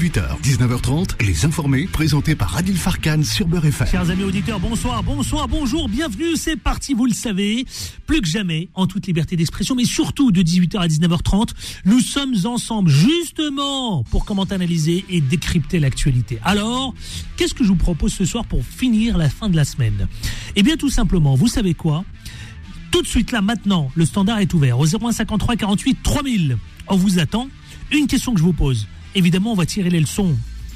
18h, 19h30, Les Informés, présentés par Adil Farkan sur Beurre FM. Chers amis auditeurs, bonsoir, bonjour, bienvenue, c'est parti, vous le savez, plus que jamais, en toute liberté d'expression, mais surtout de 18h à 19h30, nous sommes ensemble justement pour commenter, analyser et décrypter l'actualité. Alors, qu'est-ce que je vous propose ce soir pour finir la fin de la semaine ? Eh bien tout simplement, vous savez quoi ? Tout de suite là, maintenant, le standard est ouvert au 0153 48 3000. On vous attend. Une question que je vous pose. Évidemment, on va tirer les leçons.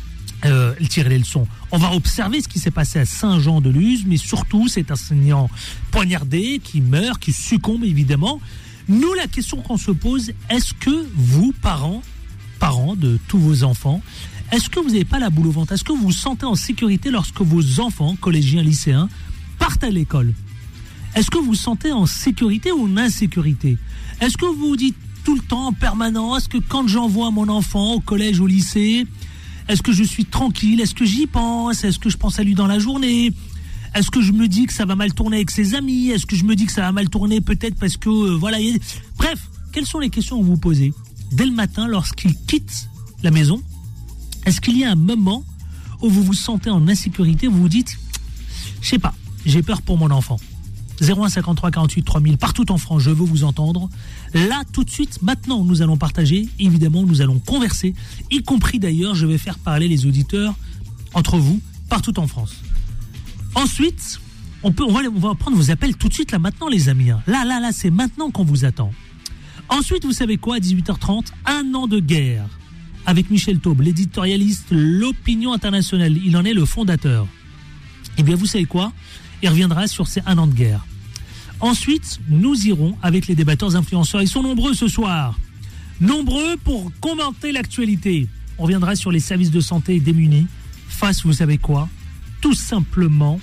On va observer ce qui s'est passé à Saint-Jean-de-Luz, mais surtout cet enseignant poignardé qui meurt, qui succombe évidemment. Nous, la question qu'on se pose, est-ce que vous, parents de tous vos enfants, est-ce que vous n'avez pas la boule au ventre ? Est-ce que vous vous sentez en sécurité lorsque vos enfants, collégiens, lycéens, partent à l'école ? Est-ce que vous vous sentez en sécurité ou en insécurité ? Est-ce que vous vous dites tout le temps, en permanence, que quand j'envoie mon enfant au collège, au lycée, est-ce que je suis tranquille ? Est-ce que j'y pense ? Est-ce que je pense à lui dans la journée ? Est-ce que je me dis que ça va mal tourner avec ses amis ? Est-ce que je me dis que ça va mal tourner peut-être parce que, Bref, quelles sont les questions que vous vous posez dès le matin lorsqu'il quitte la maison ? Est-ce qu'il y a un moment où vous vous sentez en insécurité, vous vous dites, je sais pas, j'ai peur pour mon enfant ? 0153 48 3000, partout en France, je veux vous entendre. Là, tout de suite, maintenant, nous allons partager, évidemment, nous allons converser, y compris d'ailleurs, je vais faire parler les auditeurs entre vous, partout en France. Ensuite, on va prendre vos appels tout de suite, là, maintenant, les amis. Là, c'est maintenant qu'on vous attend. Ensuite, vous savez quoi, à 18h30, un an de guerre, avec Michel Taube, l'éditorialiste, l'opinion internationale, il en est le fondateur. Eh bien, vous savez quoi ? Il reviendra sur ces un an de guerre. Ensuite, nous irons avec les débatteurs influenceurs. Ils sont nombreux ce soir. Nombreux pour commenter l'actualité. On reviendra sur les services de santé démunis face, vous savez quoi ? Tout simplement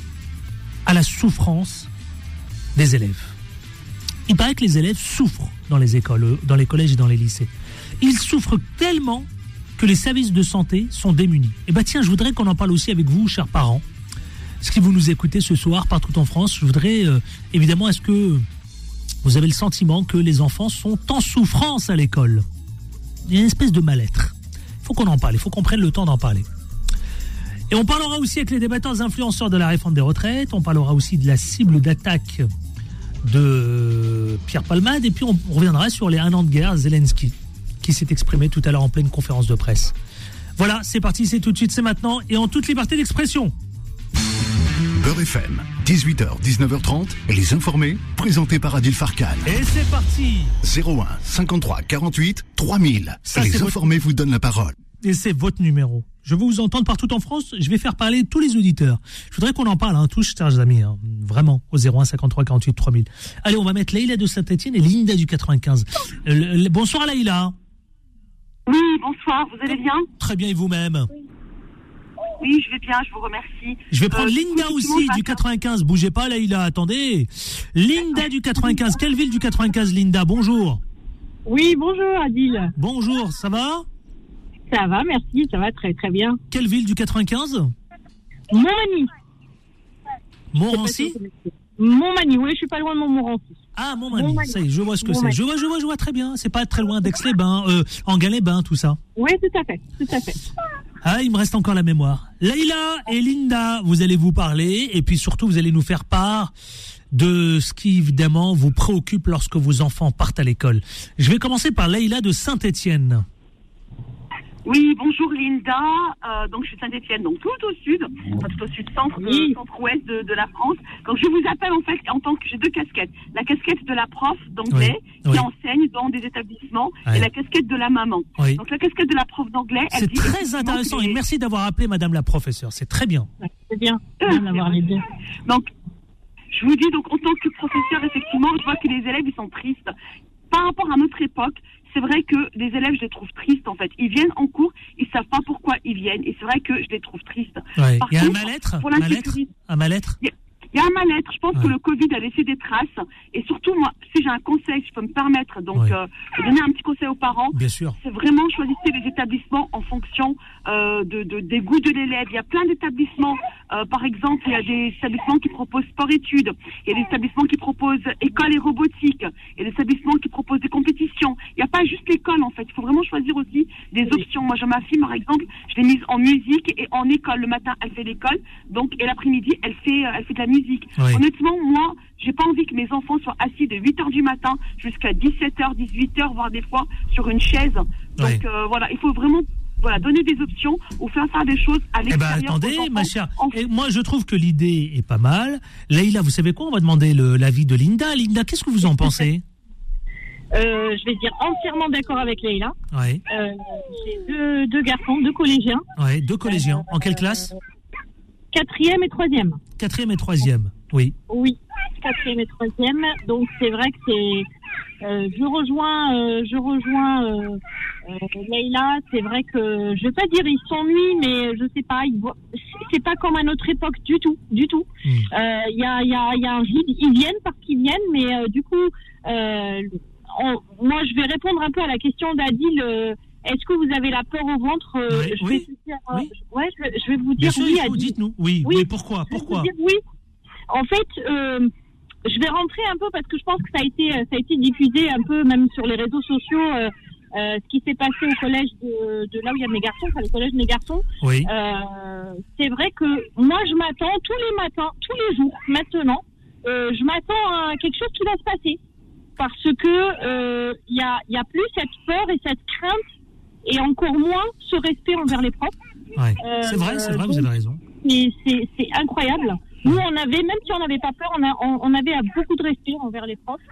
à la souffrance des élèves. Il paraît que les élèves souffrent dans les écoles, dans les collèges et dans les lycées. Ils souffrent tellement que les services de santé sont démunis. Eh bien tiens, je voudrais qu'on en parle aussi avec vous, chers parents. Est-ce que vous nous écoutez ce soir partout en France ? Je voudrais, évidemment, est-ce que vous avez le sentiment que les enfants sont en souffrance à l'école ? Il y a une espèce de mal-être. Il faut qu'on en parle, il faut qu'on prenne le temps d'en parler. Et on parlera aussi avec les débatteurs influenceurs de la réforme des retraites, on parlera aussi de la cible d'attaque de Pierre Palmade, et puis on reviendra sur les un an de guerre, Zelensky, qui s'est exprimé tout à l'heure en pleine conférence de presse. Voilà, c'est parti, c'est tout de suite, c'est maintenant, et en toute liberté d'expression. Beurre FM, 18h, 19h30, Les Informés, présentés par Adil Farkan. Et c'est parti. 01 53 48 3000. Les Informés vous donnent la parole. Et c'est votre numéro. Je veux vous entendre partout en France. Je vais faire parler tous les auditeurs. Je voudrais qu'on en parle, tous, chers amis. Vraiment, au 01 53 48 3000. Allez, on va mettre Leïla de Saint-Etienne et Linda du 95. Bonsoir Leïla. Oui, bonsoir, vous allez bien ? Très bien, et vous-même ? Oui, je vais bien, je vous remercie. Je vais prendre Linda aussi du 95. Bougez pas, Leïla, attendez. Linda du 95. Quelle ville du 95, Linda ? Bonjour. Oui, bonjour, Adil. Bonjour, ça va ? Ça va, merci, ça va très très bien. Quelle ville du 95 ? Montmagny. Montmorency ? Montmagny, oui, je suis pas loin de Montmorency. Ah, Montmagny, ça y est, je vois ce que c'est. Je vois très bien. C'est pas très loin d'Aix-les-Bains, Enghien-les-Bains, tout ça. Oui, tout à fait. Ah, il me reste encore la mémoire. Leïla et Linda, vous allez vous parler et puis surtout vous allez nous faire part de ce qui évidemment vous préoccupe lorsque vos enfants partent à l'école. Je vais commencer par Leïla de Saint-Etienne. Oui, bonjour Linda. Donc je suis Saint-Etienne, donc tout au sud centre-ouest de la France. Donc je vous appelle en fait en tant que j'ai deux casquettes. La casquette de la prof d'anglais qui enseigne dans des établissements et la casquette de la maman. Oui. Donc la casquette de la prof d'anglais, elle dit très intéressant et merci d'avoir appelé Madame la professeure. C'est très bien. Ouais, c'est bien d'avoir les deux. Donc je vous dis donc en tant que professeur effectivement, je vois que les élèves ils sont tristes. Par rapport à notre époque, c'est vrai que les élèves, je les trouve tristes, en fait. Ils viennent en cours, ils savent pas pourquoi ils viennent. Et c'est vrai que je les trouve tristes. Ouais. Il y a un mal-être. Un mal-être. Il y a un mal-être. Je pense que le Covid a laissé des traces. Et surtout, moi, si j'ai un conseil, si je peux me permettre, donc, de donner un petit conseil aux parents. Bien sûr. C'est vraiment choisissez les établissements en fonction des goûts de l'élève. Il y a plein d'établissements. Par exemple, il y a des établissements qui proposent sport-études. Il y a des établissements qui proposent école et robotique. Il y a des établissements qui proposent des compétitions. Il n'y a pas juste l'école, en fait. Il faut vraiment choisir aussi des options. Moi, j'ai ma fille, par exemple, je l'ai mise en musique et en école. Le matin, elle fait l'école. Donc, et l'après-midi, elle fait de la musique. Oui. Honnêtement, moi, j'ai pas envie que mes enfants soient assis de 8h du matin jusqu'à 17h, 18h, voire des fois sur une chaise. Donc, voilà, il faut vraiment donner des options ou faire des choses à l'extérieur. Attendez, ma chère, et moi je trouve que l'idée est pas mal. Leïla, vous savez quoi? On va demander l'avis de Linda. Linda, qu'est-ce que vous en pensez? Je vais dire entièrement d'accord avec Leïla. Ouais. J'ai deux garçons, 2 collégiens. Ouais, 2 collégiens. En quelle classe? 4e et 3e. 4e et 3e, oui. Oui, 4e et 3e. Donc c'est vrai que c'est... je rejoins Leïla. C'est vrai que je vais pas dire ils s'ennuient, mais je sais pas, c'est pas comme à notre époque du tout. Il y a un vide. Ils viennent parce qu'ils viennent, mais du coup, moi je vais répondre un peu à la question d'Adil. Est-ce que vous avez la peur au ventre? Je vais vous dire sûr, oui. Dites-nous. Oui, pourquoi? Je vais vous dire oui. En fait, je vais rentrer un peu parce que je pense que ça a été diffusé un peu même sur les réseaux sociaux. Ce qui s'est passé au collège de là où il y a mes garçons, enfin le collège de mes garçons. Oui. C'est vrai que moi je m'attends tous les matins, tous les jours maintenant, je m'attends à quelque chose qui va se passer parce que il y a plus cette peur et cette crainte et encore moins ce respect envers les profs. Ouais. C'est vrai, vous avez raison. C'est incroyable. Nous on avait, même si on n'avait pas peur, on avait beaucoup de respect envers les profs.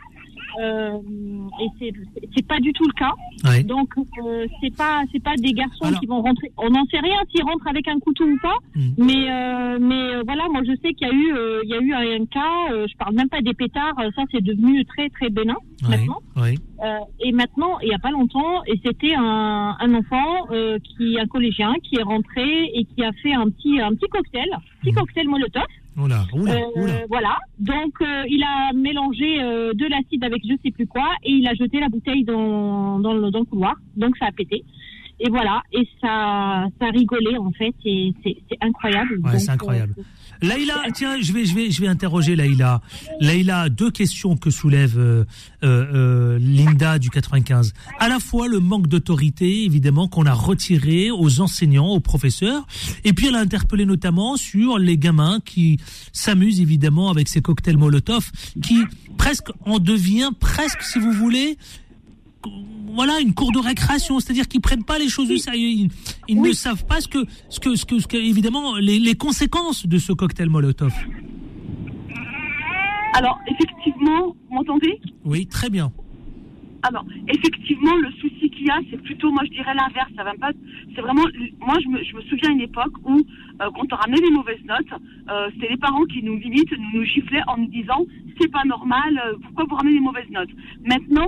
Et c'est pas du tout le cas. Ouais. Donc c'est pas des garçons qui vont rentrer. On n'en sait rien s'ils rentrent avec un couteau ou pas. Mais voilà, moi je sais qu'il y a eu un cas. Je parle même pas des pétards. Ça c'est devenu très très bénin maintenant. Oui. Et maintenant, il y a pas longtemps, et c'était un enfant un collégien qui est rentré et qui a fait un petit cocktail Molotov. Oula. Voilà. Donc il a mélangé de l'acide avec je sais plus quoi et il a jeté la bouteille dans le couloir. Donc ça a pété. Et voilà. Et ça rigolait en fait. Et c'est incroyable. Ouais, donc, c'est incroyable. Laïla, tiens, je vais interroger Laïla. Laïla, 2 questions que soulève Linda du 95. À la fois le manque d'autorité, évidemment, qu'on a retiré aux enseignants, aux professeurs, et puis elle a interpellé notamment sur les gamins qui s'amusent évidemment avec ces cocktails Molotov, qui en devient, si vous voulez, voilà, une cour de récréation, c'est-à-dire qu'ils prennent pas les choses au sérieux, ils ne savent pas ce que évidemment les conséquences de ce cocktail Molotov. Alors effectivement, vous m'entendez? Oui, très bien. Alors effectivement, le souci qu'il y a, c'est plutôt, moi je dirais l'inverse. Ça va pas. C'est vraiment, moi je me souviens à une époque où quand on ramenait des mauvaises notes, c'était les parents qui nous giflaient en nous disant c'est pas normal, pourquoi vous ramenez des mauvaises notes? Maintenant,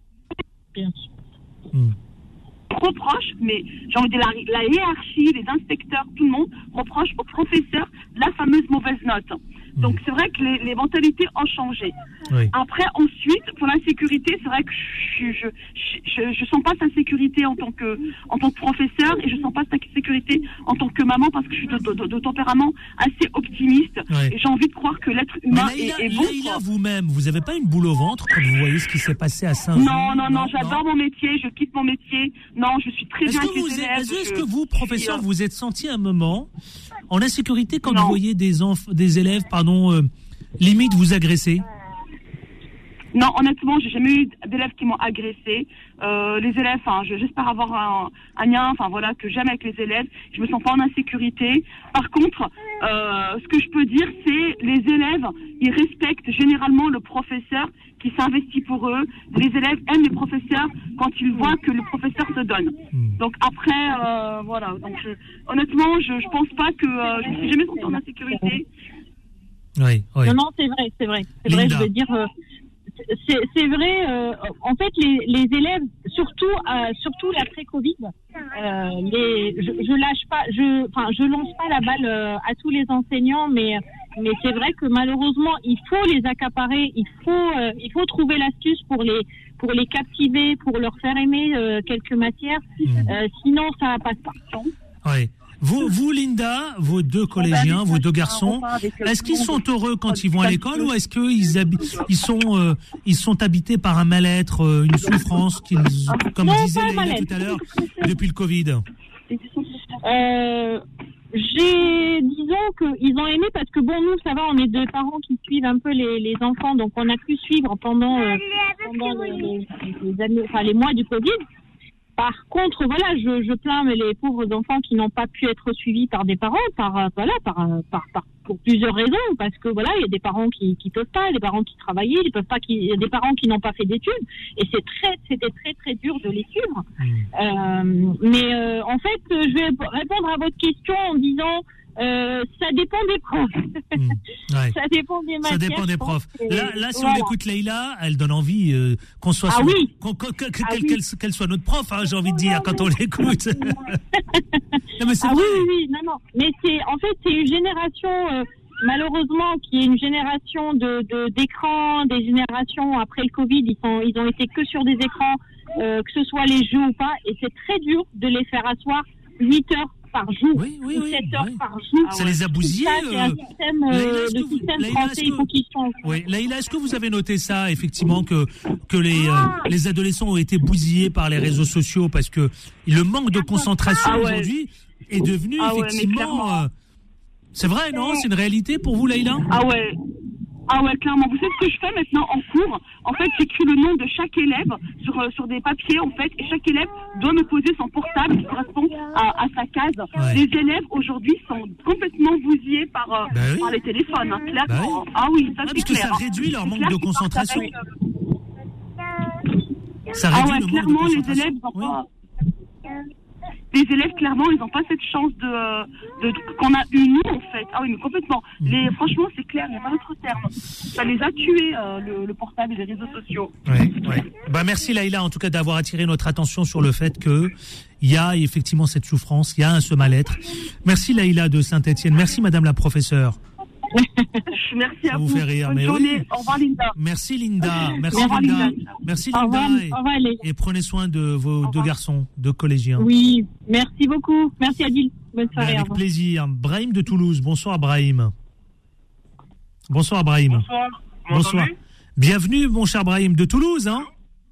reproche, mais j'ai envie de dire la hiérarchie, les inspecteurs, tout le monde reproche aux professeurs la fameuse mauvaise note. Donc c'est vrai que les mentalités ont changé. Oui. Après, ensuite, pour l'insécurité, c'est vrai que je sens pas sa sécurité en tant que professeur et je sens pas sa sécurité en tant que maman parce que je suis de tempérament assez optimiste. Oui. Et j'ai envie de croire que l'être humain est bon. Laïla, vous-même, vous avez pas une boule au ventre quand vous voyez ce qui s'est passé à Saint-Jean? Non, j'adore mon métier, je quitte mon métier. Non, je suis très bien avec les élèves. Est-ce que vous, professeur, vous êtes senti un moment en insécurité quand vous voyez des élèves, limite vous agresser? Non, honnêtement, j'ai jamais eu d'élèves qui m'ont agressé. Les élèves, j'espère avoir un lien, que j'aime avec les élèves. Je me sens pas en insécurité. Par contre, ce que je peux dire, c'est les élèves, ils respectent généralement le professeur qui s'investit pour eux. Les élèves aiment les professeurs quand ils voient que le professeur se donne. Donc après, voilà. Donc honnêtement, je pense pas que je me suis jamais sentie en insécurité. Oui. Non, c'est vrai. Je veux dire. C'est vrai. En fait, les élèves, surtout l'après-Covid, je lâche pas, je lance pas la balle à tous les enseignants, mais c'est vrai que malheureusement, il faut les accaparer, il faut trouver l'astuce pour les captiver, pour leur faire aimer quelques matières. Sinon, ça passe pas. Ouais. Vous, Linda, vos deux collégiens, vos deux garçons, est-ce qu'ils sont heureux quand ils vont à l'école ou est-ce qu'ils sont habités par un mal-être, une souffrance comme disait Leïla tout à l'heure, depuis le Covid? Disons qu'ils ont aimé parce que bon, nous, ça va, on est deux parents qui suivent un peu les enfants, donc on a pu suivre pendant les années, enfin les mois du Covid. Par contre, voilà, je plains les pauvres enfants qui n'ont pas pu être suivis par des parents, pour plusieurs raisons, parce que voilà, il y a des parents qui peuvent pas, des parents qui travaillaient, il y a des parents qui n'ont pas fait d'études, et c'était très dur de les suivre. Mais en fait, je vais répondre à votre question en disant. Ça dépend des profs. Ouais. Ça dépend des matières. Ça dépend des profs. Là, si on écoute Leïla, elle donne envie qu'on soit qu'elle soit notre prof, hein, j'ai envie de dire, quand on l'écoute. Non, mais c'est vrai. Oui, non. Mais c'est une génération, malheureusement, qui est une génération d'écrans, des générations après le Covid, ils ont été que sur des écrans, que ce soit les jeux ou pas, et c'est très dur de les faire asseoir 8 heures par jour, ou 7 heures par jour. Ça les a bousillés. Le système français, il faut qu'il change. Oui, Leïla, est-ce que vous avez noté ça, effectivement, que les adolescents ont été bousillés par les réseaux sociaux parce que le manque de concentration aujourd'hui est devenu effectivement. C'est vrai, non? C'est une réalité pour vous, Leïla? Ah ouais, clairement. Vous savez ce que je fais maintenant en cours? En fait, j'écris le nom de chaque élève sur des papiers, en fait, et chaque élève doit me poser son portable qui correspond à sa case. Ouais. Les élèves, aujourd'hui, sont complètement bousillés par les téléphones, hein, clairement. Bah oui. Ça, c'est parce clair. que ça réduit leur manque de concentration. Ça Ah réduit ouais, le clairement, manque de les concentration. élèves n'ont pas... Les élèves, clairement, ils n'ont pas cette chance qu'on a eu nous, en fait. Ah oui, mais complètement. Franchement, c'est clair, il n'y a pas d'autre terme. Ça les a tués, le portable et les réseaux sociaux. Oui. Bah, merci, Leïla, en tout cas, d'avoir attiré notre attention sur le fait que il y a effectivement cette souffrance, il y a ce mal-être. Merci, Leïla de Saint-Etienne. Merci, madame la professeure. Merci à vous. Ça vous fait rire, Bonne mais journée. oui. Au revoir, Linda. Merci, Linda. Merci, Au revoir, Linda. Linda. Merci, Au Linda. revoir, Et prenez soin de vos deux garçons, deux collégiens. Oui, merci beaucoup. Merci, Adil. Bonne soirée. Avec plaisir. Brahim de Toulouse. Bonsoir, Brahim. Bonsoir, Brahim. Bonsoir. Bienvenue, mon cher Brahim, de Toulouse, hein?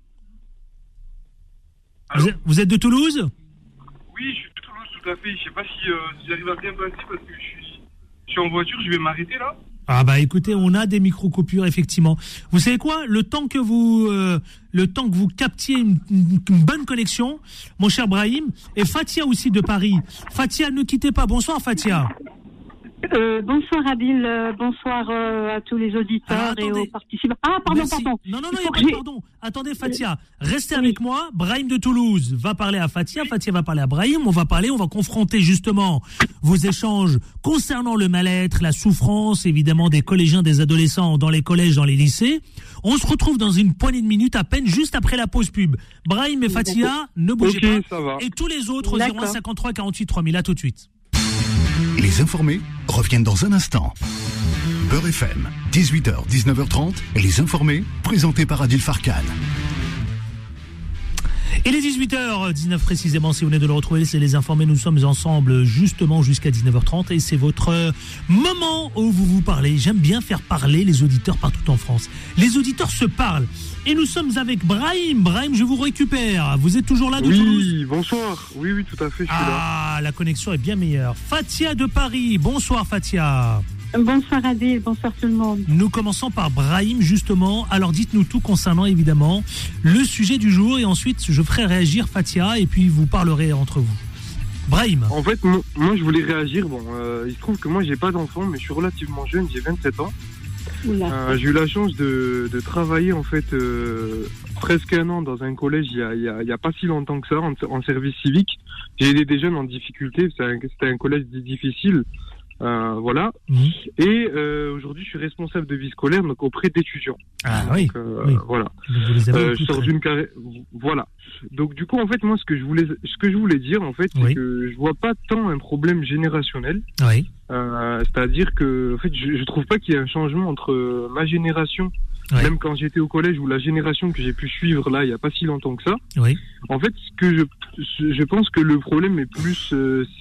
Vous êtes de Toulouse? Oui, je suis de Toulouse, tout à fait. Je sais pas si j'arrive à bien passer parce que je suis en voiture, je vais m'arrêter là. Ah bah écoutez, on a des micro-coupures, effectivement. Vous savez quoi? Le temps que vous captiez une bonne connexion, mon cher Brahim, et Fatia aussi de Paris. Fatia, ne quittez pas. Bonsoir, Fatia. Bonsoir Adil, bonsoir à tous les auditeurs et aux participants. Ah, pardon. Non, il n'y a pas de pardon. Attendez, Fatia, restez avec moi. Brahim de Toulouse va parler à Fatia. Fatia va parler à Brahim. On va confronter justement vos échanges concernant le mal-être, la souffrance, évidemment, des collégiens, des adolescents dans les collèges, dans les lycées. On se retrouve dans une poignée de minutes à peine, juste après la pause pub. Brahim et Fatia, ne bougez pas. Ça va. Et tous les autres, 0153 48 3000. À tout de suite. Les informés reviennent dans un instant. Beurre FM, 18h, 19h30, les informés, présentés par Adil Farkan. Il est 18h19 précisément, si vous venez de le retrouver, c'est les informés, nous sommes ensemble justement jusqu'à 19h30 et c'est votre moment où vous parlez. J'aime bien faire parler les auditeurs partout en France. Les auditeurs se parlent et nous sommes avec Brahim. Brahim, je vous récupère. Vous êtes toujours là de Toulouse? Oui, bonsoir. Oui, tout à fait, je suis là. Ah, la connexion est bien meilleure. Fatia de Paris, bonsoir Fatia. Bonsoir Adil, bonsoir tout le monde. Nous commençons par Brahim justement. Alors dites-nous tout concernant évidemment le sujet du jour et ensuite je ferai réagir Fatia et puis vous parlerez entre vous. Brahim. En fait, moi je voulais réagir. Bon, il se trouve que moi j'ai pas d'enfant mais je suis relativement jeune, j'ai 27 ans. J'ai eu la chance de travailler en fait presque un an dans un collège il y a pas si longtemps que ça en service civique. J'ai aidé des jeunes en difficulté, c'était un collège difficile. Voilà. Et aujourd'hui, je suis responsable de vie scolaire, donc auprès d'étudiants. Ah oui. Donc, oui. Voilà. Je sors d'une carrière. Voilà. Donc du coup, en fait, moi, ce que je voulais dire, en fait, c'est que je vois pas tant un problème générationnel. Oui. C'est-à-dire que, en fait, je trouve pas qu'il y ait un changement entre ma génération, même quand j'étais au collège, ou la génération que j'ai pu suivre là, il y a pas si longtemps que ça. Oui. En fait, ce que je pense que le problème est plus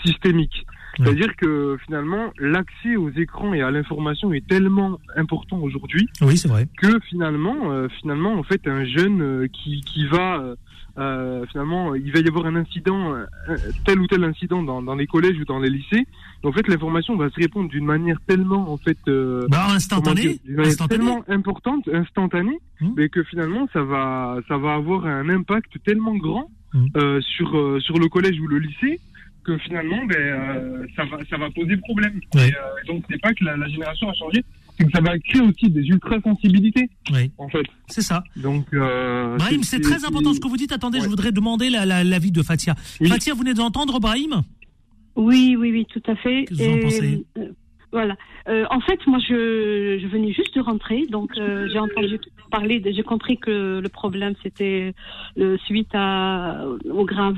systémique. C'est-à-dire que finalement, l'accès aux écrans et à l'information est tellement important aujourd'hui. Oui, c'est vrai. Que finalement, en fait, un jeune qui va finalement, il va y avoir un incident, tel ou tel incident dans les collèges ou dans les lycées. Et en fait, l'information va se répondre d'une manière tellement, en fait, instantanée, tellement importante, instantanée, mais que finalement, ça va avoir un impact tellement grand sur le collège ou le lycée, que finalement, ça va poser problème. Oui. Et donc, c'est pas que la génération a changé, c'est que ça va créer aussi des ultra-sensibilités, en fait. C'est ça. Donc, Brahim, c'est très important ce que vous dites. Attendez, je voudrais demander l'avis de Fatia. Oui. Fatia, vous venez d'entendre Brahim ? Oui, tout à fait. Qu'est-ce que vous en pensez ? Voilà. En fait, moi, je venais juste de rentrer, donc j'ai entendu parler, j'ai compris que le problème c'était suite au drame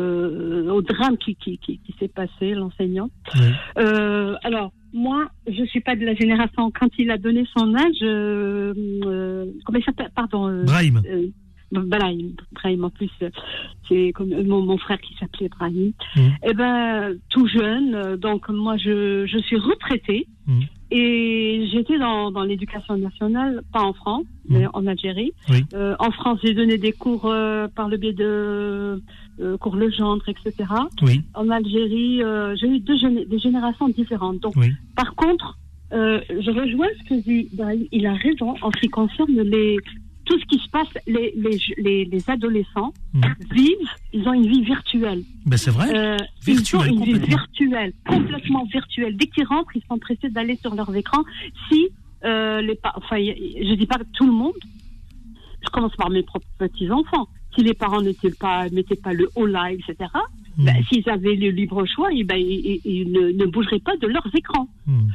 qui s'est passé, l'enseignant. Oui. Alors, moi, je suis pas de la génération quand il a donné son âge. Comment il s'appelle ? Pardon. Brahim. Brahim, en plus, c'est comme mon frère qui s'appelait Brahim. Eh ben, tout jeune, donc moi je suis retraitée et j'étais dans l'éducation nationale, pas en France, mais en Algérie. Oui. En France, j'ai donné des cours par le biais de cours Legendre, etc. Oui. En Algérie, j'ai eu des générations différentes. Donc, par contre, je rejoins ce que dit Brahim. Il a raison en ce qui concerne tout ce qui se passe, les adolescents ils ont une vie virtuelle. Ben c'est vrai. Ils ont une vie virtuelle, complètement virtuelle. Dès qu'ils rentrent, ils sont pressés d'aller sur leurs écrans. Si je dis pas tout le monde. Je commence par mes propres petits-enfants. Si les parents mettaient pas le haut-là, etc., s'ils avaient le libre choix, ils ne bougeraient pas de leurs écrans.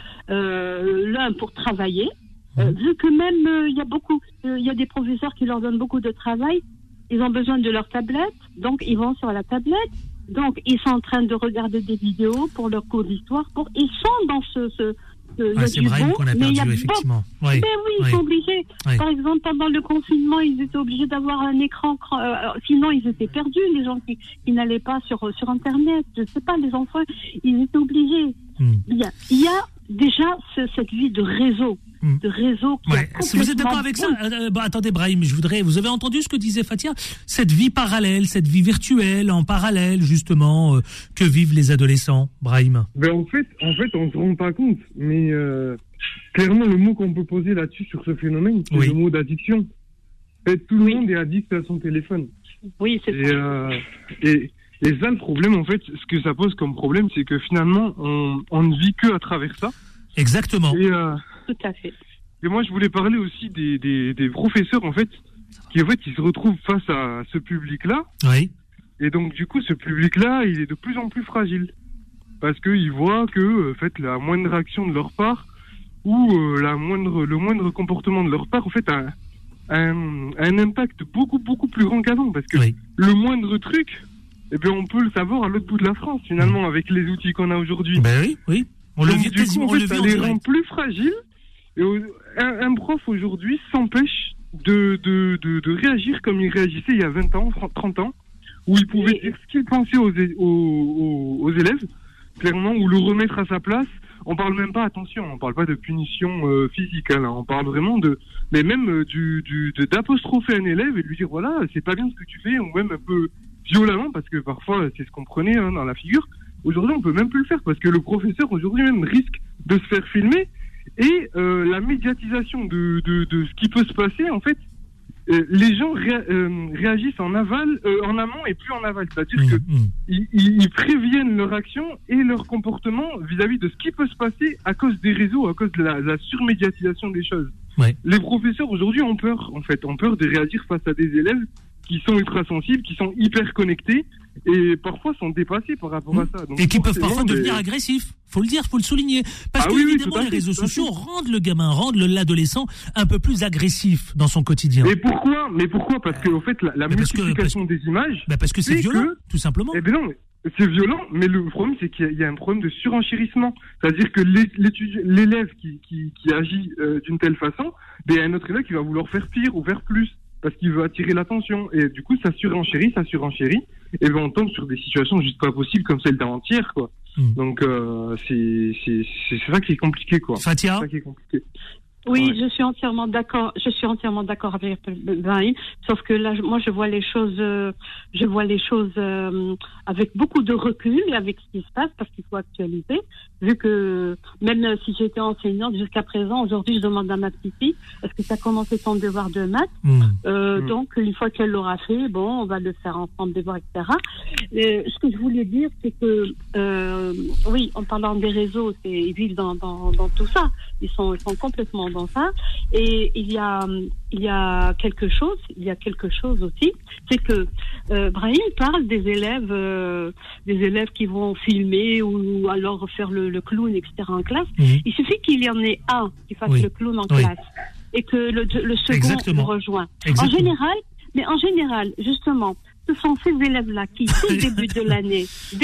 L'un pour travailler. Vu que même il y a des professeurs qui leur donnent beaucoup de travail, ils ont besoin de leur tablette, donc ils vont sur la tablette, donc ils sont en train de regarder des vidéos pour leur cours d'histoire, ils sont dans c'est Brahim qu'on a perdu, effectivement. Mais oui, ils sont obligés. Oui. Par exemple, pendant le confinement, ils étaient obligés d'avoir un écran, sinon ils étaient perdus, les gens qui n'allaient pas sur Internet, je sais pas, les enfants, ils étaient obligés. Il y a déjà cette vie de réseau. Si vous êtes d'accord avec ça, attendez Brahim, vous avez entendu ce que disait Fatia, cette vie parallèle, cette vie virtuelle en parallèle justement que vivent les adolescents, Brahim. Ben en fait on se rend pas compte, mais clairement le mot qu'on peut poser là-dessus sur ce phénomène, c'est le mot d'addiction. En fait, tout le monde est addict à son téléphone. Oui, c'est ça. Et ça, le problème, en fait, ce que ça pose comme problème, c'est que finalement, on ne vit que à travers ça. Exactement. Tout à fait. Et moi, je voulais parler aussi des professeurs, en fait, qui se retrouvent face à ce public-là. Oui. Et donc, du coup, ce public-là, il est de plus en plus fragile. Parce qu'ils voient que, en fait, la moindre action de leur part, ou le moindre comportement de leur part, en fait, a un impact beaucoup, beaucoup plus grand qu'avant. Parce que le moindre truc, on peut le savoir à l'autre bout de la France, finalement, avec les outils qu'on a aujourd'hui. Ben oui. On le vit quasiment, on le vit en direct. Ça les rend plus fragiles. Et un prof aujourd'hui s'empêche de réagir comme il réagissait il y a 20 ans, 30 ans, où il pouvait dire ce qu'il pensait aux élèves, clairement, ou le remettre à sa place. On parle même pas, attention, on parle pas de punition physique, hein, là, on parle vraiment d'apostropher un élève et de lui dire voilà, c'est pas bien ce que tu fais, ou même un peu violemment, parce que parfois c'est ce qu'on prenait dans la figure. Aujourd'hui, on peut même plus le faire parce que le professeur aujourd'hui même risque de se faire filmer et la médiatisation de ce qui peut se passer, en fait, les gens réagissent en amont et plus en aval. C'est-à-dire ils préviennent leur action et leur comportement vis-à-vis de ce qui peut se passer à cause des réseaux, à cause de la surmédiatisation des choses. Ouais. Les professeurs aujourd'hui ont peur de réagir face à des élèves qui sont ultra sensibles, qui sont hyper connectés et parfois sont dépassés par rapport à ça. Donc, et qui peuvent parfois devenir agressifs. Faut le dire, faut le souligner. Parce que évidemment, les réseaux sociaux rendent le gamin, rendent l'adolescent un peu plus agressif dans son quotidien. Mais pourquoi? Parce que, en fait, la multiplication des images. Parce que c'est violent, tout simplement. Eh bien non, c'est violent, mais le problème, c'est qu'il y a un problème de surenchérissement. C'est-à-dire que l'élève qui agit d'une telle façon, il y a un autre élève qui va vouloir faire pire ou faire plus. parce qu'il veut attirer l'attention. Et du coup, ça surenchérit. Et ben, on tombe sur des situations juste pas possibles comme celle d'avant-hier, quoi. Donc, c'est ça qui est compliqué, quoi. Fatia? C'est ça qui est compliqué. Oui, Ouais. je suis entièrement d'accord avec Brahim, sauf que là, moi, je vois les choses avec beaucoup de recul et avec ce qui se passe, parce qu'il faut actualiser. Vu que même si j'étais enseignante jusqu'à présent, aujourd'hui, je demande à ma petite fille, est-ce que tu as commencé ton devoir de maths? Donc, une fois qu'elle l'aura fait, bon, on va le faire ensemble, devoir, etc. Ce que je voulais dire, c'est que, oui, en parlant des réseaux, ils vivent dans tout ça. Ils sont complètement dans ça. Et il y a quelque chose aussi, c'est que Brahim parle des élèves qui vont filmer ou alors faire le clown, etc. en classe. Il suffit qu'il y en ait un qui fasse le clown en classe et que le second le rejoint. En général, justement, ce sont ces élèves-là qui, dès le début de l'année,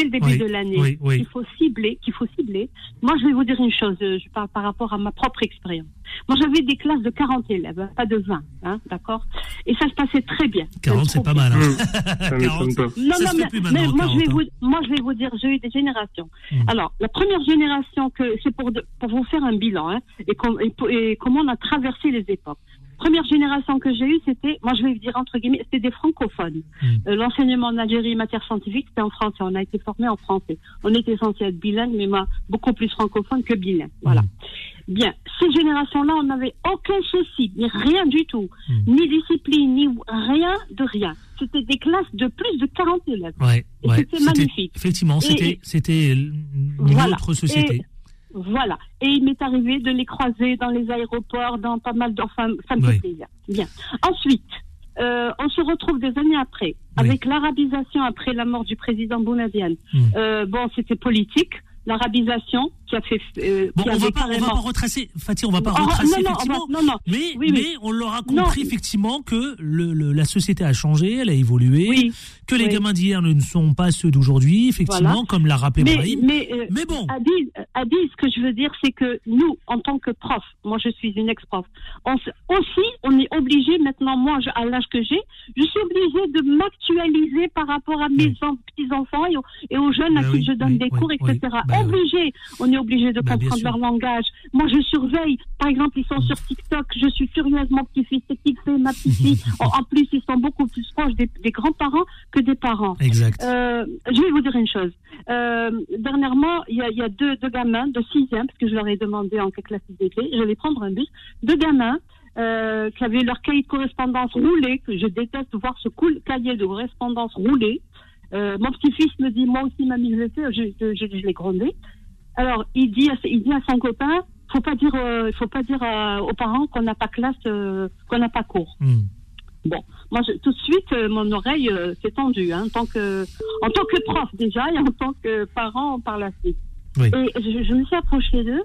qu'il faut cibler. Moi, je vais vous dire une chose, je parle par rapport à ma propre expérience. Moi, j'avais des classes de 40 élèves, pas de 20, d'accord? Et ça se passait très bien. 40, c'est pas mal, hein. 40, mais moi, je vais vous dire, j'ai eu des générations. Alors, la première génération, c'est pour vous faire un bilan, hein, et comment on a traversé les époques. Première génération que j'ai eue, c'était, moi je vais dire entre guillemets, c'était des francophones. L'enseignement en Algérie, matière scientifique, c'était en français. On a été formés en français. On était censé être bilingue, mais moi, beaucoup plus francophone que bilingue. Voilà. Bien. Ces générations-là, on n'avait aucun souci, ni rien du tout. Ni discipline, ni rien de rien. C'était des classes de plus de 40 élèves. C'était magnifique. Effectivement, c'était une autre société. Voilà. Et il m'est arrivé de les croiser dans les aéroports, dans pas mal d'enfants. Ça me fait plaisir. Bien. Ensuite, on se retrouve des années après, avec l'arabisation après la mort du président Bounadiane. Bon, c'était politique. L'arabisation qui a fait. On va pas retracer, Fatih, on va pas retracer effectivement. Mais on l'aura compris effectivement que la société a changé, elle a évolué, que les gamins d'hier ne sont pas ceux d'aujourd'hui, effectivement, comme l'a rappelé Brahim. Mais bon. Adil, ce que je veux dire, c'est que nous, en tant que prof, moi je suis une ex-prof, on est obligé maintenant, moi à l'âge que j'ai, je suis obligée de m'actualiser par rapport à mes petits-enfants et aux jeunes à qui je donne des cours, etc. On est obligé de comprendre leur langage. Moi, je surveille. Par exemple, ils sont sur TikTok. Je suis curieuse, mon petit-fils, c'est qu'il fait, ma petite-fille. En plus, ils sont beaucoup plus proches des grands-parents que des parents. Exact. Je vais vous dire une chose. Dernièrement, il y a deux gamins de 6e, parce que je leur ai demandé en quelle classe ils étaient. Je vais prendre un bus. Deux gamins qui avaient leur cahier de correspondance roulé, que je déteste voir ce cahier de correspondance roulé. Mon petit-fils me dit, moi aussi, mamie, je l'ai fait, je l'ai grondé. Alors, il dit à son copain, faut pas dire aux parents qu'on n'a pas classe, qu'on n'a pas cours. Bon, moi, tout de suite, mon oreille s'est tendue, hein, en tant que prof déjà, et en tant que parent par la suite. Et je me suis approchée d'eux,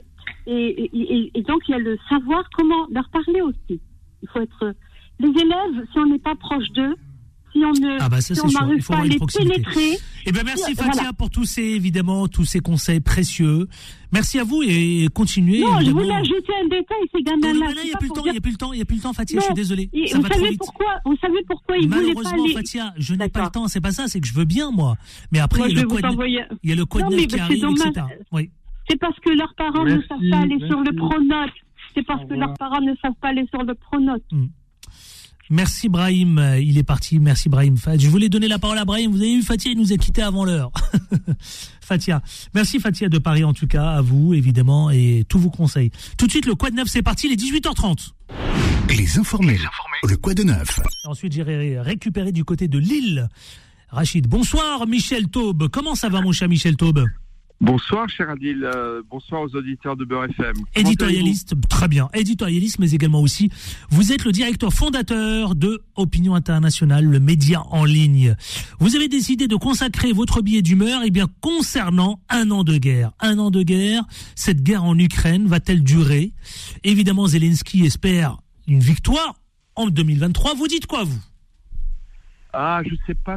et donc il y a le savoir comment leur parler aussi. Il faut être les élèves, si on n'est pas proche d'eux, si on n'arrive pas à les pénétrer. Eh bien, merci Fatia pour tous ces conseils précieux. Merci à vous et continuez. Non, je voulais ajouter un détail, ces gamins-là. Il n'y a plus le temps, Fatia, je suis désolé. Vous savez pourquoi ils voulaient pas aller. Malheureusement, Fatia, je n'ai pas le temps, c'est pas ça, c'est que je veux bien, moi. Mais après, il y a le code 9 qui arrive, etc. C'est parce que leurs parents ne savent pas aller sur le pronote. C'est parce que leurs parents ne savent pas aller sur le pronote. Merci Brahim, il est parti. Merci Brahim. Je voulais donner la parole à Brahim. Vous avez vu, Fatia, il nous a quittés avant l'heure. Fatia. Merci Fatia de Paris en tout cas, à vous évidemment et tous vos conseils. Tout de suite, le Quad 9, c'est parti, il est 18h30. Les informés. Le Quad 9. Ensuite, j'irai récupérer du côté de Lille. Rachid, bonsoir Michel Taube. Comment ça va mon cher Michel Taube ? Bonsoir cher Adil, bonsoir aux auditeurs de Beurre FM. Éditorialiste, très bien, éditorialiste mais également aussi, vous êtes le directeur fondateur de Opinion Internationale, le média en ligne. Vous avez décidé de consacrer votre billet d'humeur concernant un an de guerre. Un an de guerre, cette guerre en Ukraine va-t-elle durer ? Évidemment, Zelensky espère une victoire en 2023. Vous dites quoi, vous ? Je sais pas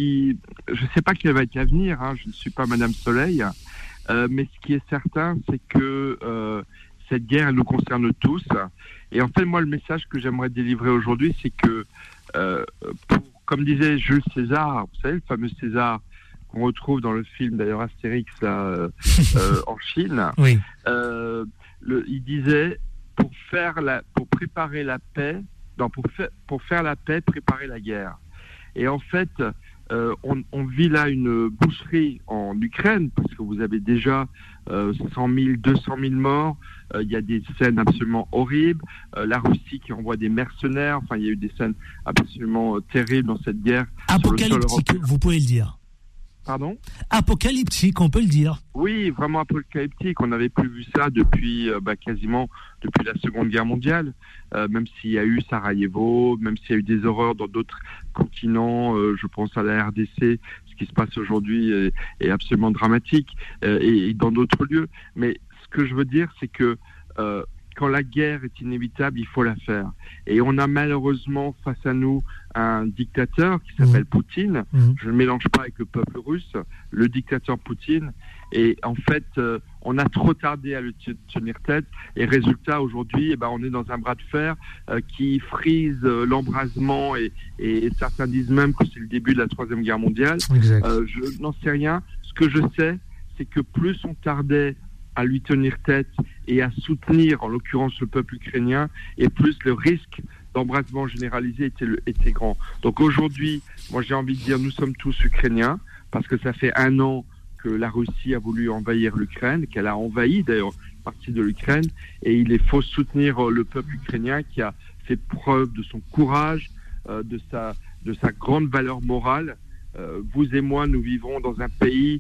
quel va être l'avenir, hein. Je ne suis pas Madame Soleil. Mais ce qui est certain, c'est que cette guerre, elle nous concerne tous. Et en fait, moi, le message que j'aimerais délivrer aujourd'hui, c'est que, comme disait Jules César, vous savez, le fameux César qu'on retrouve dans le film, d'ailleurs, Astérix, en Chine, oui. Il disait, pour faire la paix, préparer la guerre. Et en fait, on vit là une boucherie en Ukraine, parce que vous avez déjà 100 000, 200 000 morts. Il y a des scènes absolument horribles. La Russie qui envoie des mercenaires. Enfin, il y a eu des scènes absolument terribles dans cette guerre. Apocalyptique, vous pouvez le dire. Pardon ? Apocalyptique, on peut le dire. Oui, vraiment apocalyptique. On n'avait plus vu ça depuis quasiment depuis la Seconde Guerre mondiale. Même s'il y a eu Sarajevo, même s'il y a eu des horreurs dans d'autres continents, je pense à la RDC, ce qui se passe aujourd'hui est absolument dramatique, et dans d'autres lieux. Mais ce que je veux dire, c'est que quand la guerre est inévitable, il faut la faire. Et on a malheureusement face à nous un dictateur qui s'appelle Poutine. Je ne mélange pas avec le peuple russe, le dictateur Poutine. Et en fait, on a trop tardé à le tenir tête. Et résultat, aujourd'hui, on est dans un bras de fer qui frise l'embrasement. Et certains disent même que c'est le début de la Troisième Guerre mondiale. Je n'en sais rien. Ce que je sais, c'est que plus on tardait à lui tenir tête et à soutenir, en l'occurrence, le peuple ukrainien, et plus le risque d'embrasement généralisé était grand. Donc aujourd'hui, moi j'ai envie de dire, nous sommes tous ukrainiens, parce que ça fait 1 an que la Russie a voulu envahir l'Ukraine, qu'elle a envahi d'ailleurs une partie de l'Ukraine, et il faut soutenir le peuple ukrainien qui a fait preuve de son courage, de sa grande valeur morale. Vous et moi, nous vivons dans un pays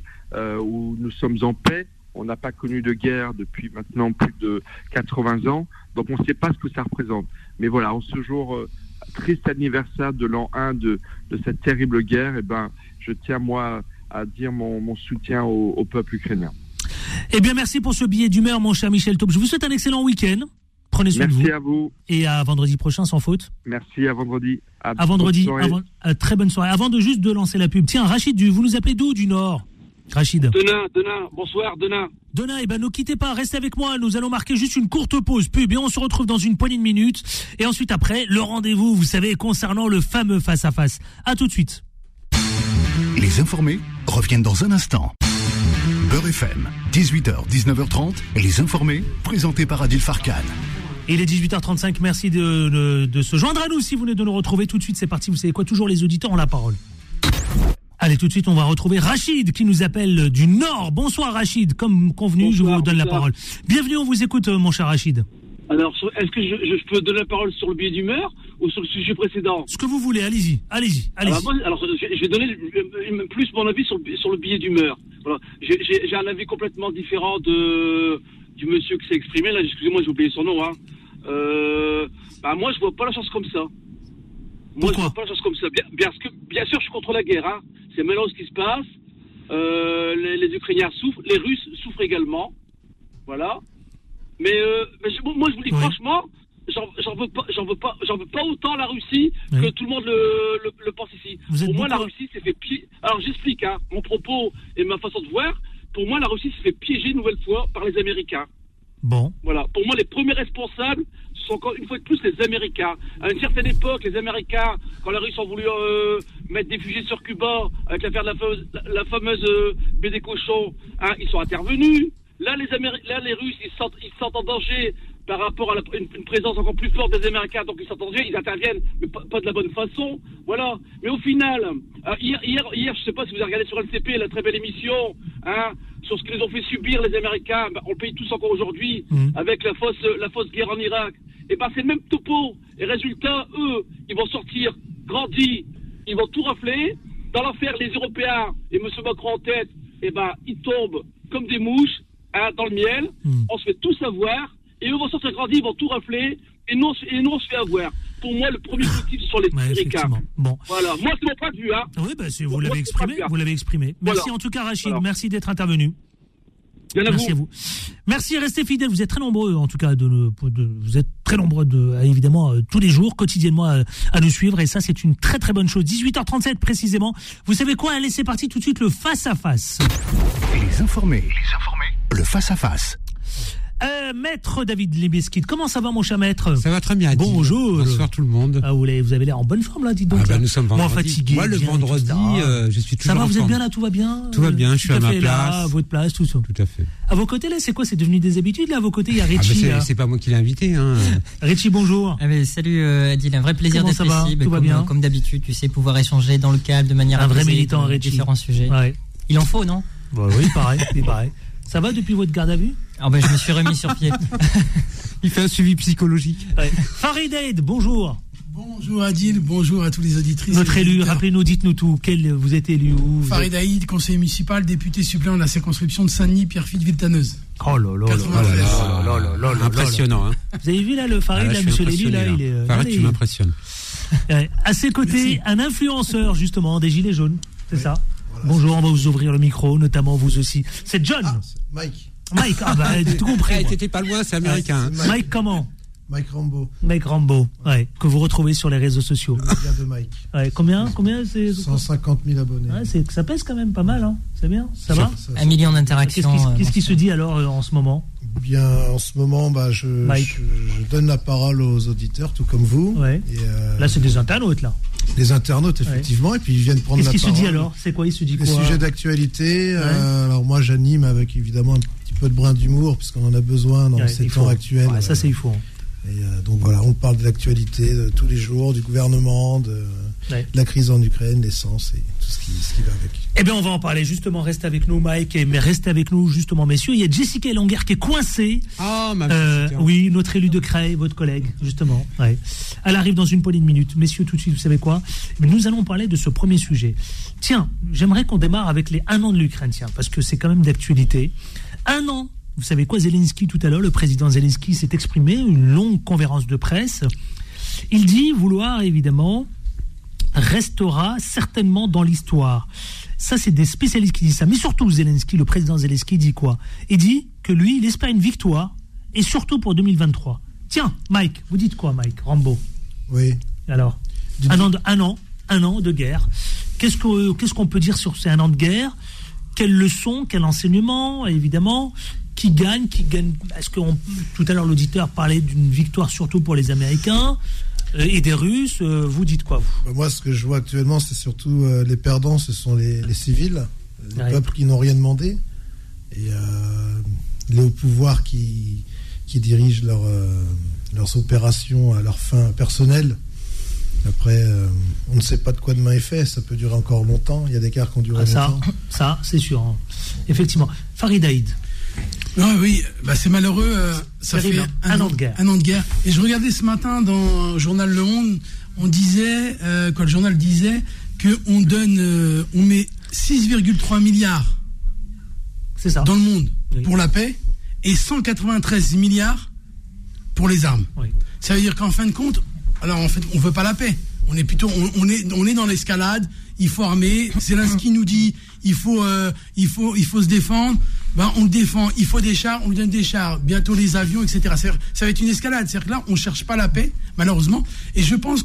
où nous sommes en paix. On n'a pas connu de guerre depuis maintenant plus de 80 ans, donc on ne sait pas ce que ça représente. Mais voilà, en ce jour, triste anniversaire de l'an 1 de cette terrible guerre, je tiens moi à dire mon soutien au peuple ukrainien. Eh bien, merci pour ce billet d'humeur, mon cher Michel Taube. Je vous souhaite un excellent week-end. Prenez soin de vous. Merci à vous. Et à vendredi prochain, sans faute. Merci, à vendredi. À vendredi, très bonne soirée. Avant de lancer la pub, tiens, Rachid, vous nous appelez d'où, du Nord ? Rachid. Denain, bonsoir, Denain. Denain, ne quittez pas, restez avec moi, nous allons marquer juste une courte pause pub et on se retrouve dans une poignée de minutes. Et ensuite après, le rendez-vous, vous savez, concernant le fameux face-à-face. À tout de suite. Les informés reviennent dans un instant. Beurre FM, 18h, 19h30, les informés, présentés par Adil Farkan. Il est 18h35, merci de se joindre à nous si vous venez de nous retrouver tout de suite. C'est parti, vous savez quoi, toujours les auditeurs ont la parole. Allez, tout de suite, on va retrouver Rachid qui nous appelle du Nord. Bonsoir Rachid, comme convenu, je vous donne la parole. Bienvenue, on vous écoute, mon cher Rachid. Alors, est-ce que je peux donner la parole sur le billet d'humeur ou sur le sujet précédent ? Ce que vous voulez, allez-y. Alors, je vais donner plus mon avis sur le billet d'humeur. Voilà. J'ai un avis complètement différent du monsieur qui s'est exprimé. Là, excusez-moi, j'ai oublié son nom. Moi, je vois pas la chose comme ça. Moi, je vois pas la chose comme ça. Bien sûr, je suis contre la guerre. C'est malheureux ce qui se passe. Les Ukrainiens souffrent, les Russes souffrent également. Voilà. Mais moi, je vous dis franchement, j'en veux pas autant la Russie que tout le monde le pense ici. Pour moi, la Russie s'est fait piéger. Alors, j'explique mon propos et ma façon de voir. Pour moi, la Russie s'est fait piéger une nouvelle fois par les Américains. Bon. Voilà. Pour moi, les premiers responsables sont encore une fois de plus les Américains. À une certaine époque, les Américains, quand les Russes ont voulu mettre des fusées sur Cuba avec l'affaire de la fameuse baie des cochons, ils sont intervenus. Là, les Russes, ils se sentent en danger par rapport à une présence encore plus forte des Américains, donc ils interviennent, mais pas de la bonne façon. Voilà. Mais au final, hier, je sais pas si vous avez regardé sur LCP la très belle émission, sur ce qu'ils ont fait subir les Américains, on le paye tous encore aujourd'hui, avec la fausse guerre en Irak. Et c'est le même topo. Et résultat, eux, ils vont sortir grandis, ils vont tout rafler. Dans l'affaire, les Européens, et M. Macron en tête, ils tombent comme des mouches, dans le miel. On se fait tout savoir. Et eux vont sortir grandis, ils vont tout rafler. Et nous, on se fait avoir. Pour moi, le premier motif, ce sont les Américains. Bon. Voilà. Moi, c'est mon point de vue. Oui, vous l'avez exprimé. Merci voilà. En tout cas, Rachid. Voilà. Merci d'être intervenu. Merci à vous. Merci, restez fidèles. Vous êtes très nombreux, en tout cas, vous êtes très nombreux, évidemment, tous les jours, quotidiennement, à nous suivre. Et ça, c'est une très très bonne chose. 18h37 précisément. Vous savez quoi ? Allez, c'est parti tout de suite, le face-à-face. Les informés. Le face-à-face. Maître David Libeskind, comment ça va mon cher maître? Ça va très bien. Bonjour. Bonsoir tout le monde. Ah, vous avez l'air en bonne forme là, dites donc. Nous sommes vendredi. Moi fatigué. Moi le vendredi, je suis toujours ça va, en vous êtes forme. bien là, tout va bien? Tout va bien, je suis à ma place. Là, à votre place, tout ça. Tout à fait. À vos côtés là, c'est quoi? C'est devenu des habitudes là, à vos côtés, il y a Richie. C'est pas moi qui l'ai invité. Hein. Richie, bonjour. Salut Adil, un vrai plaisir Comment d'être ça va? ici. Tout va bien Comme d'habitude, tu sais, pouvoir échanger dans le calme de manière un vrai apaisée, militant, Richie. Différents sujets. Ouais. Il en faut, non? Bah, oui, pareil. Ça va depuis votre garde à vue? Je me suis remis sur pied. Il fait un suivi psychologique. Ouais. Farid Aid, bonjour. Bonjour Adil, bonjour à tous les auditrices. Notre élu, rappelez-nous, dites-nous tout. Vous êtes élu où? Farid Aid, conseiller municipal, député suppléant de la circonscription de Saint-Denis, Pierrefitte-Villetaneuse. Oh là là. Impressionnant. Hein. Vous avez vu là le Farid, là, monsieur l'élu, là, il est. Farid, tu m'impressionnes. À ses côtés, un influenceur justement des Gilets jaunes, c'est ça. Voilà, bonjour, on va vous ouvrir le micro, notamment vous aussi. C'est John. C'est Mike. Mike, tout compris. T'étais pas loin, c'est américain. Mike comment? Mike Rambo. Mike Rambo, ouais, que vous retrouvez sur les réseaux sociaux. Le gars de Mike. Ouais, combien c'est 150 000 abonnés. Ouais, ça pèse quand même pas mal, hein. C'est bien, ça va. 1 million d'interactions. Qu'est-ce qui se dit alors en ce moment? Bien, en ce moment, je donne la parole aux auditeurs, tout comme vous. Ouais. Et là, c'est des internautes, là. Des internautes, effectivement, ouais. Et puis ils viennent prendre la parole. Qu'est-ce qui se dit alors? C'est quoi? Il se dit quoi? Des sujets d'actualité. Ouais. Alors moi, j'anime avec évidemment un petit peu de brin d'humour, puisqu'on en a besoin dans ces temps actuels. Ouais, ça, c'est il faut. Et donc voilà, on parle de l'actualité de tous les jours, du gouvernement, de la crise en Ukraine, l'essence et tout ce qui va avec. Eh bien, on va en parler justement. Restez avec nous, Mike, mais restez avec nous justement, messieurs. Il y a Jessica Elonger qui est coincée. Ah, oui, notre élu de Creil, votre collègue, justement. Ouais. Elle arrive dans une poignée de minutes. Messieurs, tout de suite, vous savez quoi? Nous allons parler de ce premier sujet. Tiens, j'aimerais qu'on démarre avec les 1 an de l'Ukraine, parce que c'est quand même d'actualité. 1 an. Vous savez quoi, Zelensky, tout à l'heure, le président Zelensky s'est exprimé, une longue conférence de presse. Il dit vouloir, évidemment, restera certainement dans l'histoire. Ça, c'est des spécialistes qui disent ça. Mais surtout, Zelensky, le président Zelensky, dit quoi? Il dit que lui, il espère une victoire, et surtout pour 2023. Tiens, Mike, vous dites quoi, Mike Rambo? Oui. Alors, un an de guerre. Qu'est-ce qu'on peut dire sur ces 1 an de guerre? Quelles leçons, quel enseignement, évidemment? Qui gagne? Est-ce que tout à l'heure l'auditeur parlait d'une victoire surtout pour les Américains et des Russes? Vous dites quoi, vous? Moi, ce que je vois actuellement, c'est surtout les perdants, ce sont les civils, les peuples qui n'ont rien demandé, et les hauts pouvoirs qui dirigent leurs opérations à leur fin personnelle. Après, on ne sait pas de quoi demain est fait, ça peut durer encore longtemps, il y a des guerres qui ont duré longtemps. Ça, c'est sûr. Hein. Effectivement. Farid Aid. Oui, c'est malheureux. Ça fait un an de guerre. 1 an de guerre. Et je regardais ce matin dans le journal Le Monde, on disait, le journal disait qu'on met 6,3 milliards dans le monde pour la paix et 193 milliards pour les armes. Oui. Ça veut dire qu'en fin de compte, alors en fait, on veut pas la paix. On est plutôt, on est dans l'escalade. Il faut armer. Zelensky nous dit, il faut se défendre. On le défend. Il faut des chars. On lui donne des chars. Bientôt les avions, etc. Ça va être une escalade. C'est-à-dire que là, on cherche pas la paix, malheureusement. Et je pense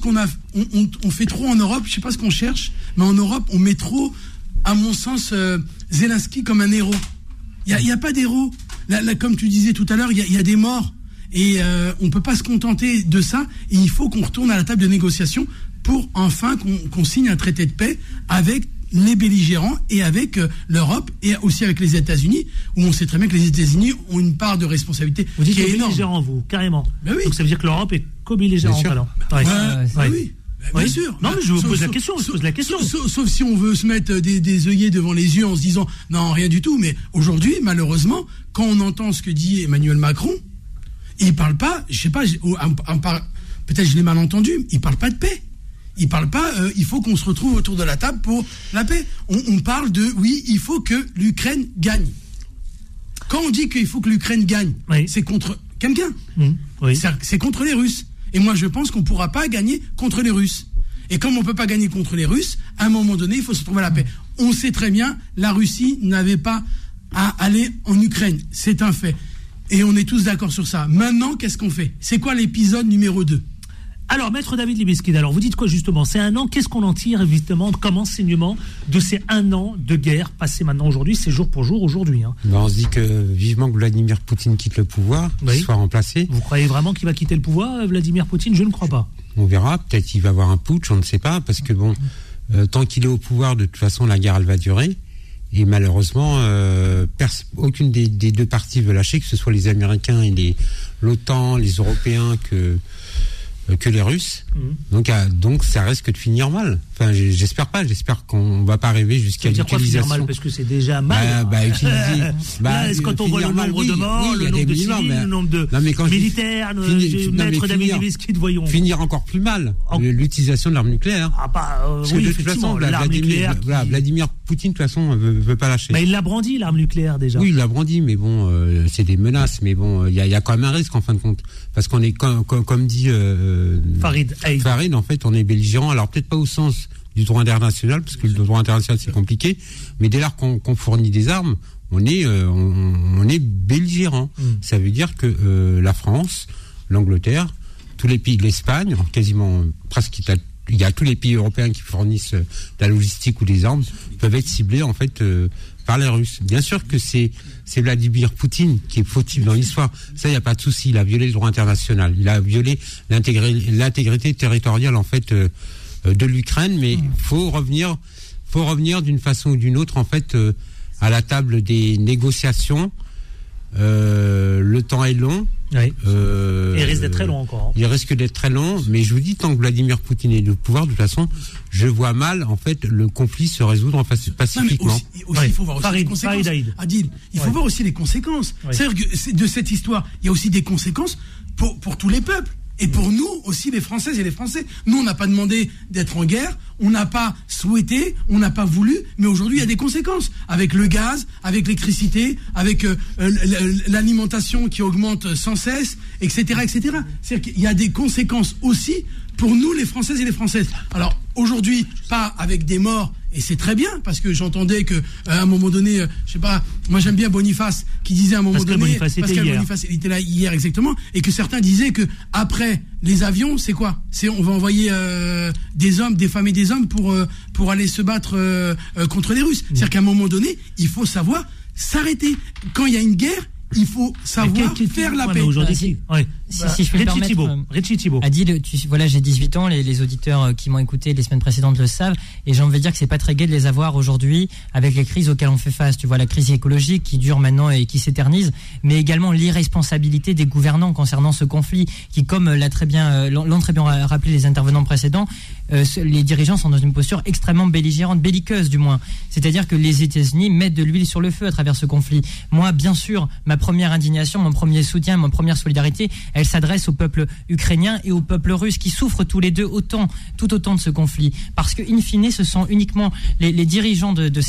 on fait trop en Europe. Je sais pas ce qu'on cherche, mais en Europe, on met trop, à mon sens, Zelensky comme un héros. Il y a pas d'héros. Là, comme tu disais tout à l'heure, il y a des morts. Et on peut pas se contenter de ça. Et il faut qu'on retourne à la table de négociation pour enfin qu'on signe un traité de paix avec les belligérants et avec l'Europe et aussi avec les États-Unis, où on sait très bien que les États-Unis ont une part de responsabilité vous dites qui est énorme. Belligérants, vous, carrément. Ben oui. Donc ça veut dire que l'Europe est co-belligérante. Oui. Bien sûr. Non, mais je vous pose la question. Sauf si on veut se mettre des œillets devant les yeux en se disant non, rien du tout. Mais aujourd'hui, malheureusement, quand on entend ce que dit Emmanuel Macron, il parle pas, je sais pas, peut-être je l'ai mal entendu, il parle pas de paix. Il parle pas, il faut qu'on se retrouve autour de la table pour la paix. On parle de, oui, il faut que l'Ukraine gagne. Quand on dit qu'il faut que l'Ukraine gagne, c'est contre quelqu'un. C'est contre les Russes. Et moi, je pense qu'on ne pourra pas gagner contre les Russes. Et comme on ne peut pas gagner contre les Russes, à un moment donné, il faut se retrouver à la paix. On sait très bien, la Russie n'avait pas à aller en Ukraine. C'est un fait. Et on est tous d'accord sur ça. Maintenant, qu'est-ce qu'on fait? C'est quoi l'épisode numéro 2? Alors, maître David Libeskind, alors vous dites quoi justement? C'est 1 an, qu'est-ce qu'on en tire évidemment comme enseignement de ces 1 an de guerre passé maintenant aujourd'hui, c'est jour pour jour aujourd'hui On se dit que vivement que Vladimir Poutine quitte le pouvoir, qu'il soit remplacé. Vous croyez vraiment qu'il va quitter le pouvoir, Vladimir Poutine? Je ne crois pas. On verra, peut-être qu'il va avoir un putsch, on ne sait pas, parce que tant qu'il est au pouvoir, de toute façon, la guerre, elle va durer. Et malheureusement, aucune des deux parties veut lâcher, que ce soit les Américains et l'OTAN, les Européens que les Russes. Donc ça risque de finir mal. Enfin, j'espère pas. J'espère qu'on va pas arriver jusqu'à l'utilisation. Finir mal, parce que c'est déjà mal. Quand on voit le nombre de morts, le nombre de civils, le nombre de militaires, maître David Libeskind, voyons. Finir encore plus mal. L'utilisation de l'arme nucléaire. Parce que de toute façon, Vladimir Poutine, de toute façon, veut pas lâcher. Mais il l'a brandi, l'arme nucléaire, déjà. Oui, il l'a brandi, mais bon, c'est des menaces. Mais bon, il y a quand même un risque, en fin de compte. Parce qu'on est, comme dit Farid, en fait, on est belligérant. Alors, peut-être pas au sens du droit international, parce que le droit international, c'est compliqué. Mais dès lors qu'on fournit des armes, on est belligérant. Ça veut dire que la France, l'Angleterre, tous les pays de l'Espagne, quasiment presque il y a tous les pays européens qui fournissent de la logistique ou des armes, peuvent être ciblés en fait par les Russes. Bien sûr que c'est Vladimir Poutine qui est fautif dans l'histoire. Ça, il n'y a pas de souci. Il a violé le droit international. Il a violé l'intégrité territoriale en fait de l'Ukraine. Mais faut revenir d'une façon ou d'une autre en fait à la table des négociations. Le temps est long. Oui. Il risque d'être très long encore. Il risque d'être très long, mais je vous dis, tant que Vladimir Poutine est au pouvoir, de toute façon, je vois mal en fait le conflit se résoudre pacifiquement. Il faut voir aussi les conséquences. Adil, il faut voir aussi les conséquences. C'est-à-dire que de cette histoire, il y a aussi des conséquences pour tous les peuples. Et pour nous aussi, les Françaises et les Français. Nous, on n'a pas demandé d'être en guerre, on n'a pas souhaité, on n'a pas voulu, mais aujourd'hui, il y a des conséquences. Avec le gaz, avec l'électricité, avec l'alimentation qui augmente sans cesse, etc., etc. C'est-à-dire qu'il y a des conséquences aussi pour nous, les Françaises et les Françaises. Alors, aujourd'hui, pas avec des morts, et c'est très bien, parce que j'entendais que à un moment donné, je sais pas, moi j'aime bien Boniface, qui disait à un moment donné, Pascal Boniface, il était là hier exactement, et que certains disaient que après les avions, c'est quoi? On va envoyer des hommes, des femmes et des hommes pour aller se battre contre les Russes. C'est-à-dire qu'à un moment donné, il faut savoir s'arrêter. Quand il y a une guerre, il faut savoir faire la paix. Si je peux me permettre, Adil, voilà, j'ai 18 ans, les auditeurs qui m'ont écouté les semaines précédentes le savent, et j'ai envie de dire que c'est pas très gai de les avoir aujourd'hui avec les crises auxquelles on fait face. Tu vois, la crise écologique qui dure maintenant et qui s'éternise, mais également l'irresponsabilité des gouvernants concernant ce conflit qui, comme l'ont très bien rappelé les intervenants précédents, les dirigeants sont dans une posture extrêmement belligérante, belliqueuse du moins. C'est-à-dire que les États-Unis mettent de l'huile sur le feu à travers ce conflit. Moi, bien sûr, ma première indignation, mon premier soutien, ma première solidarité, elle s'adresse au peuple ukrainien et au peuple russe qui souffrent tous les deux tout autant de ce conflit. Parce que, in fine, ce sont uniquement les dirigeants de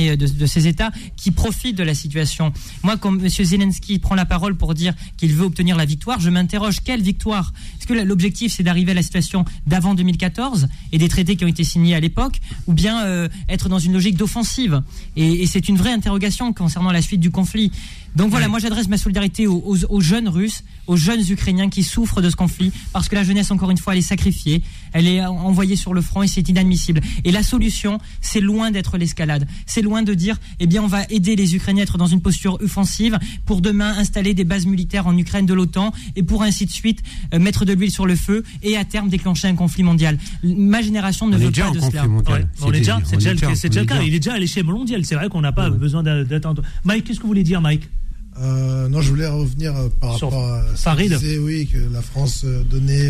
ces États qui profitent de la situation. Moi, quand M. Zelensky prend la parole pour dire qu'il veut obtenir la victoire, je m'interroge, quelle victoire? Est-ce que l'objectif, c'est d'arriver à la situation d'avant 2014 et des traités qui ont été signés à l'époque, ou bien être dans une logique d'offensive? Et c'est une vraie interrogation concernant la suite du conflit. Donc voilà, moi j'adresse ma solidarité aux jeunes Russes, aux jeunes Ukrainiens qui souffrent de ce conflit, parce que la jeunesse, encore une fois, elle est sacrifiée, elle est envoyée sur le front et c'est inadmissible. Et la solution, c'est loin d'être l'escalade. C'est loin de dire, eh bien on va aider les Ukrainiens à être dans une posture offensive pour demain installer des bases militaires en Ukraine de l'OTAN et pour ainsi de suite mettre de l'huile sur le feu et à terme déclencher un conflit mondial. Ma génération ne veut pas de cela. C'est déjà le cas. Il est déjà à l'échelle mondiale. C'est vrai qu'on n'a pas besoin d'attendre. Mike, qu'est-ce que vous voulez dire, Mike? Non, je voulais revenir par rapport à Farid. Oui, que la France donnait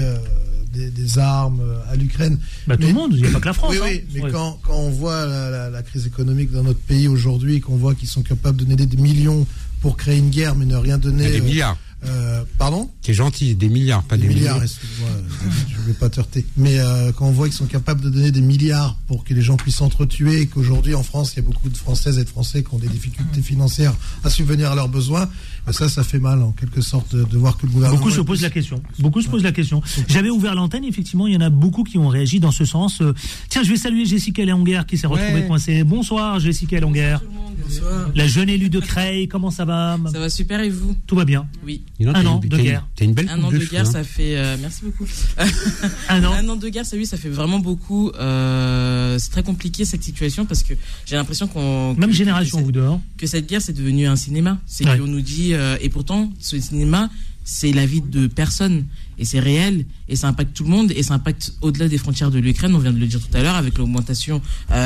des armes à l'Ukraine. Tout le monde, il n'y a pas que la France. Oui, mais quand on voit la crise économique dans notre pays aujourd'hui, qu'on voit qu'ils sont capables de donner des millions pour créer une guerre, mais ne rien donner. Des milliards. Pardon? T'es gentil, des milliards, pas des milliards. Excuse-moi, je ne vais pas te heurter. Mais quand on voit qu'ils sont capables de donner des milliards pour que les gens puissent s'entretuer, et qu'aujourd'hui en France, il y a beaucoup de Françaises et de Français qui ont des difficultés financières à subvenir à leurs besoins, ça fait mal en quelque sorte de voir que le gouvernement... Beaucoup se posent la question. J'avais ouvert l'antenne, effectivement, il y en a beaucoup qui ont réagi dans ce sens. Tiens, je vais saluer Jessica Lenger qui s'est retrouvée coincée. Bonsoir Jessica Lenger. La jeune élue de Creil, comment ça va? Ça va super et vous? Tout va bien. Oui. Un an de guerre. T'as une belle un an de guerre, ça fait. Merci beaucoup. Un an de guerre, ça fait vraiment beaucoup. C'est très compliqué cette situation parce que j'ai l'impression même génération vous deux. Que cette guerre c'est devenu un cinéma. C'est qu'on nous dit et pourtant ce cinéma c'est la vie de personnes et c'est réel et ça impacte tout le monde et ça impacte au-delà des frontières de l'Ukraine. On vient de le dire tout à l'heure avec l'augmentation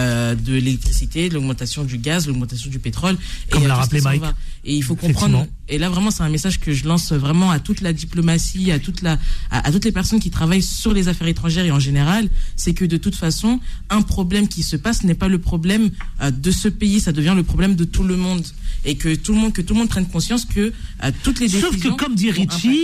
de l'électricité, l'augmentation du gaz, l'augmentation du pétrole. Comme l'a rappelé Mike. Et il faut comprendre. Et là vraiment c'est un message que je lance vraiment à toute la diplomatie, à toutes les personnes qui travaillent sur les affaires étrangères et en général, c'est que de toute façon un problème qui se passe n'est pas le problème de ce pays, ça devient le problème de tout le monde. Et que tout le monde prenne conscience que toutes les décisions. Sauf que comme dit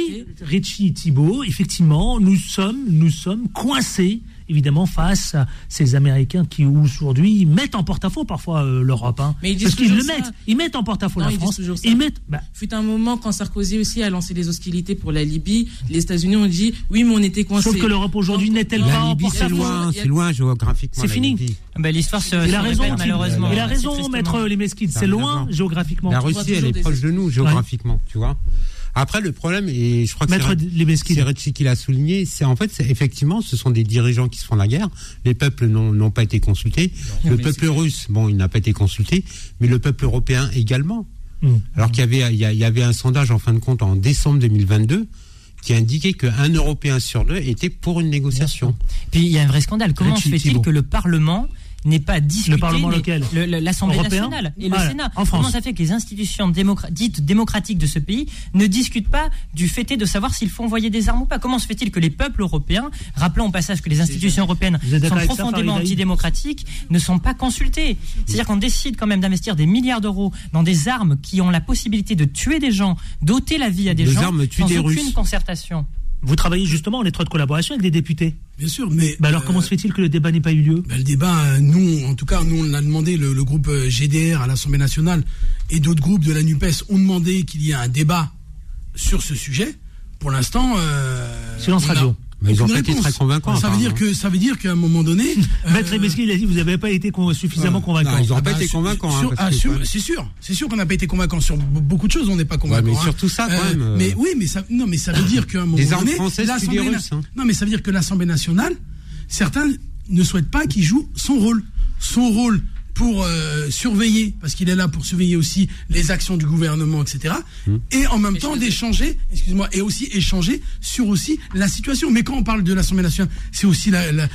Richie Thibault, effectivement, nous sommes coincés évidemment face à ces Américains qui aujourd'hui mettent en porte-à-faux parfois l'Europe. Mais parce qu'ils ils mettent en porte-à-faux la France. Fut un moment quand Sarkozy aussi a lancé les hostilités pour la Libye, les États-Unis ont dit oui, mais on était coincés. Sauf que l'Europe aujourd'hui n'est-elle pas en porte-à-faux? C'est loin géographiquement. C'est fini. L'histoire se répète malheureusement. Il a raison, maître Lemesquid, c'est loin géographiquement. La Russie, elle est proche de nous géographiquement, tu vois. Après, le problème, et je crois que c'est Richie qui l'a souligné, c'est effectivement, ce sont des dirigeants qui se font la guerre. Les peuples n'ont pas été consultés. Le peuple russe, il n'a pas été consulté, mais le peuple européen également. Alors qu'il y avait un sondage, en fin de compte, en décembre 2022, qui indiquait qu'un Européen sur deux était pour une négociation. Puis il y a un vrai scandale. Comment se fait-il que le Parlement n'est pas discuté? Le Parlement lequel? L'Assemblée nationale et le Sénat. Comment ça fait que les institutions dites démocratiques de ce pays ne discutent pas du fait de savoir s'il faut envoyer des armes ou pas? Comment se fait-il que les peuples européens, rappelons au passage que les institutions européennes sont profondément antidémocratiques, ne sont pas consultées? C'est-à-dire qu'on décide quand même d'investir des milliards d'euros dans des armes qui ont la possibilité de tuer des gens, d'ôter la vie à des gens sans aucune concertation. Vous travaillez justement en étroite collaboration avec des députés. Bien sûr, mais... alors comment se fait-il que le débat n'ait pas eu lieu? Le débat, nous on a demandé, le groupe GDR à l'Assemblée nationale et d'autres groupes de la NUPES ont demandé qu'il y ait un débat sur ce sujet. Pour l'instant... silence radio. Mais ils ont pas été très convaincants. Ça veut dire qu'à un moment donné... Maître Lemesquid, il a dit vous n'avez pas été suffisamment convaincants. Ils n'ont pas été convaincants. C'est sûr qu'on n'a pas été convaincants sur beaucoup de choses, on n'est pas convaincants. Mais surtout ça quand même. Mais ça veut dire qu'à un moment donné... Les armes françaises, tu des Russes. Non, mais ça veut dire que l'Assemblée nationale, certains ne souhaitent pas qu'il joue son rôle. Son rôle pour surveiller, parce qu'il est là pour surveiller aussi les actions du gouvernement, etc. Et en même temps d'échanger, et aussi échanger sur aussi la situation. Mais quand on parle de l'Assemblée nationale, c'est aussi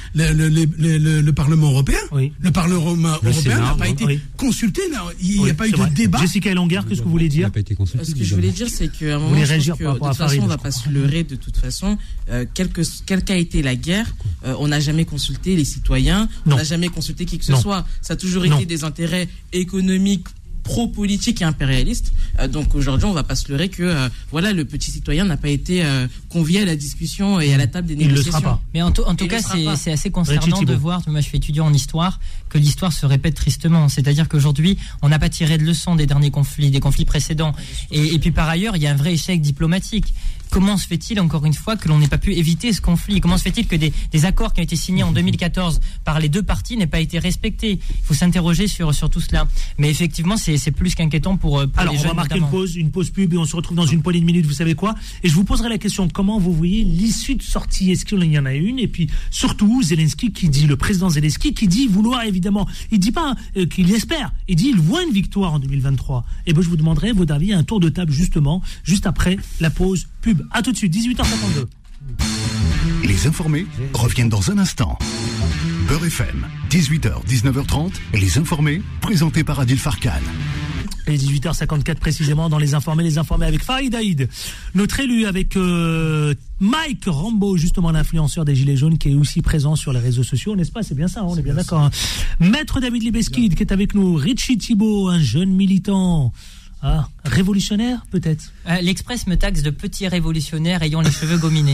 le Parlement européen. Oui. Le Parlement européen n'a pas été consulté, il n'y a pas eu de débat. Jessica Elonguer, qu'est-ce que vous voulez dire? Ce que je voulais dire, c'est qu'à un moment, je pense que, de toute façon, on ne va pas se leurrer de toute façon. Quelle qu'a été la guerre, on n'a jamais consulté les citoyens, on n'a jamais consulté qui que ce soit. Ça a toujours été des intérêts économiques, pro-politiques et impérialistes. Donc aujourd'hui, on ne va pas se leurrer que le petit citoyen n'a pas été convié à la discussion et à la table des négociations. Il ne le sera pas. Mais en tout cas, c'est assez concernant de voir, moi je suis étudiant en histoire, que l'histoire se répète tristement. C'est-à-dire qu'aujourd'hui, on n'a pas tiré de leçon des derniers conflits, des conflits précédents. Et puis par ailleurs, il y a un vrai échec diplomatique. Comment se fait-il, encore une fois, que l'on n'ait pas pu éviter ce conflit? Comment se fait-il que des accords qui ont été signés en 2014 par les deux parties n'aient pas été respectés? Il faut s'interroger sur tout cela. Mais effectivement, c'est plus qu'inquiétant pour alors, les jeunes. Alors, on va marquer notamment. une pause pub et on se retrouve dans une poignée de minutes, vous savez quoi? Et je vous poserai la question, comment vous voyez l'issue de sortie? Est-ce qu'il y en a une? Et puis, surtout, le président Zelensky, qui dit vouloir, évidemment, il dit pas qu'il espère, il dit il voit une victoire en 2023. Et ben, je vous demanderai votre avis à un tour de table, justement, juste après la pause pub. A tout de suite, 18h52. Les informés reviennent dans un instant. Beurre FM, 18h, 19h30, les informés, présentés par Adil Farkan. Et 18h54 précisément dans les informés avec Farid Haïd, notre élu, avec Mike Rambo, justement l'influenceur des Gilets jaunes, qui est aussi présent sur les réseaux sociaux, n'est-ce pas? C'est bien ça, on est bien d'accord. Hein. Maître David Lemesquid qui est avec nous, Richie Thibault, un jeune militant. Ah, révolutionnaire peut-être. L'Express me taxe de petit révolutionnaire ayant les cheveux gominés.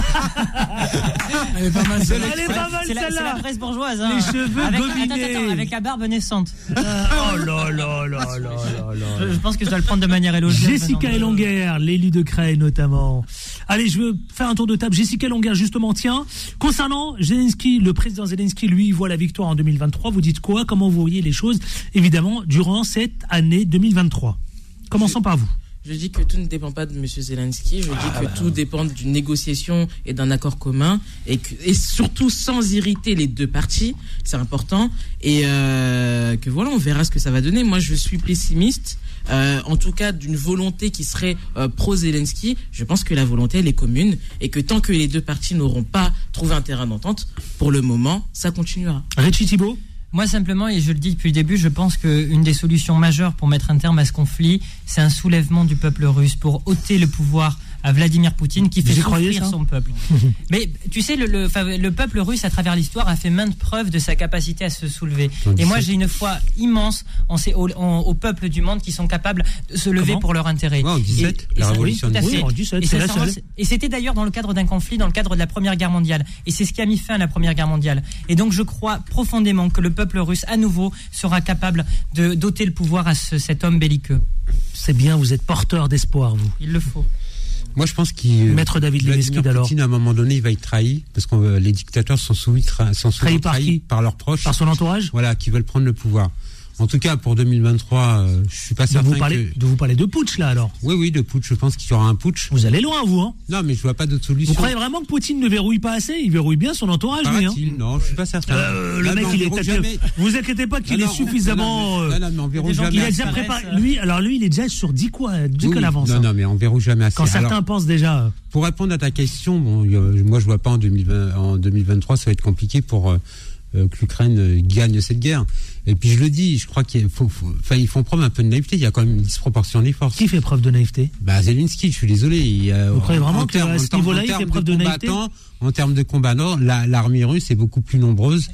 Elle est pas mal celle-là. C'est la presse bourgeoise. Hein. Les cheveux gominés. Attends, avec la barbe naissante. Oh là là. Je pense que je dois le prendre de manière élogieux. Jessica Elonguer, l'élu de Creil notamment. Allez, je veux faire un tour de table. Jessica Longuin, justement, tiens. Concernant Zelensky, le président Zelensky, lui, voit la victoire en 2023. Vous dites quoi? Comment vous voyez les choses, évidemment, durant cette année 2023? Commençons par vous. Je dis que tout ne dépend pas de M. Zelensky. Je dis que tout dépend d'une négociation et d'un accord commun. Et surtout sans irriter les deux parties. C'est important. Et que voilà, on verra ce que ça va donner. Moi, je suis pessimiste. En tout cas, d'une volonté qui serait pro-Zelensky. Je pense que la volonté, elle est commune. Et que tant que les deux parties n'auront pas trouvé un terrain d'entente, pour le moment, ça continuera. Richie Thibault? Moi, simplement, et je le dis depuis le début, je pense qu'une des solutions majeures pour mettre un terme à ce conflit, c'est un soulèvement du peuple russe pour ôter le pouvoir à Vladimir Poutine qui fait souffrir son peuple. Mais tu sais, le peuple russe, à travers l'histoire, a fait maintes preuves de sa capacité à se soulever. Et moi, j'ai une foi immense au peuple du monde qui sont capables de se lever pour leur intérêt. En 17, la révolution de 17, et c'était d'ailleurs dans le cadre d'un conflit, dans le cadre de la Première Guerre mondiale. Et c'est ce qui a mis fin à la Première Guerre mondiale. Et donc, je crois profondément que le peuple russe, à nouveau, sera capable de doter le pouvoir à cet homme belliqueux. C'est bien, vous êtes porteur d'espoir, vous. Il le faut. Moi, je pense qu'il. Maître David Lebesky, alors. Poutine, à un moment donné, il va être trahi, parce que les dictateurs sont souvent trahis par leurs proches. Par son entourage? Voilà, qui veulent prendre le pouvoir. En tout cas, pour 2023, je suis pas certain vous parlez de putsch, là, alors? Oui, de putsch. Je pense qu'il y aura un putsch. Vous allez loin, vous, hein? Non, mais je vois pas d'autre solution. Vous croyez vraiment que Poutine ne verrouille pas assez? Il verrouille bien son entourage, lui, hein? Non, je suis pas certain. Le mec, il est jamais... Vous inquiétez pas qu'il est suffisamment... Non, mais on verrouille jamais. Il a déjà préparé... Lui, il est déjà sur 10 quoi à l'avance. Non, mais on verrouille jamais assez. Quand certains pensent déjà... Pour répondre à ta question, moi, je vois pas en 2023, ça va être compliqué pour... que l'Ukraine gagne cette guerre. Et puis je le dis, je crois qu'ils font preuve un peu de naïveté. Il y a quand même une disproportion des forces. Qui fait preuve de naïveté? Zelensky, je suis désolé. Vous croyez vraiment qu'à ce niveau-là, il fait preuve de naïveté? En termes de combat, l'armée russe est beaucoup plus nombreuse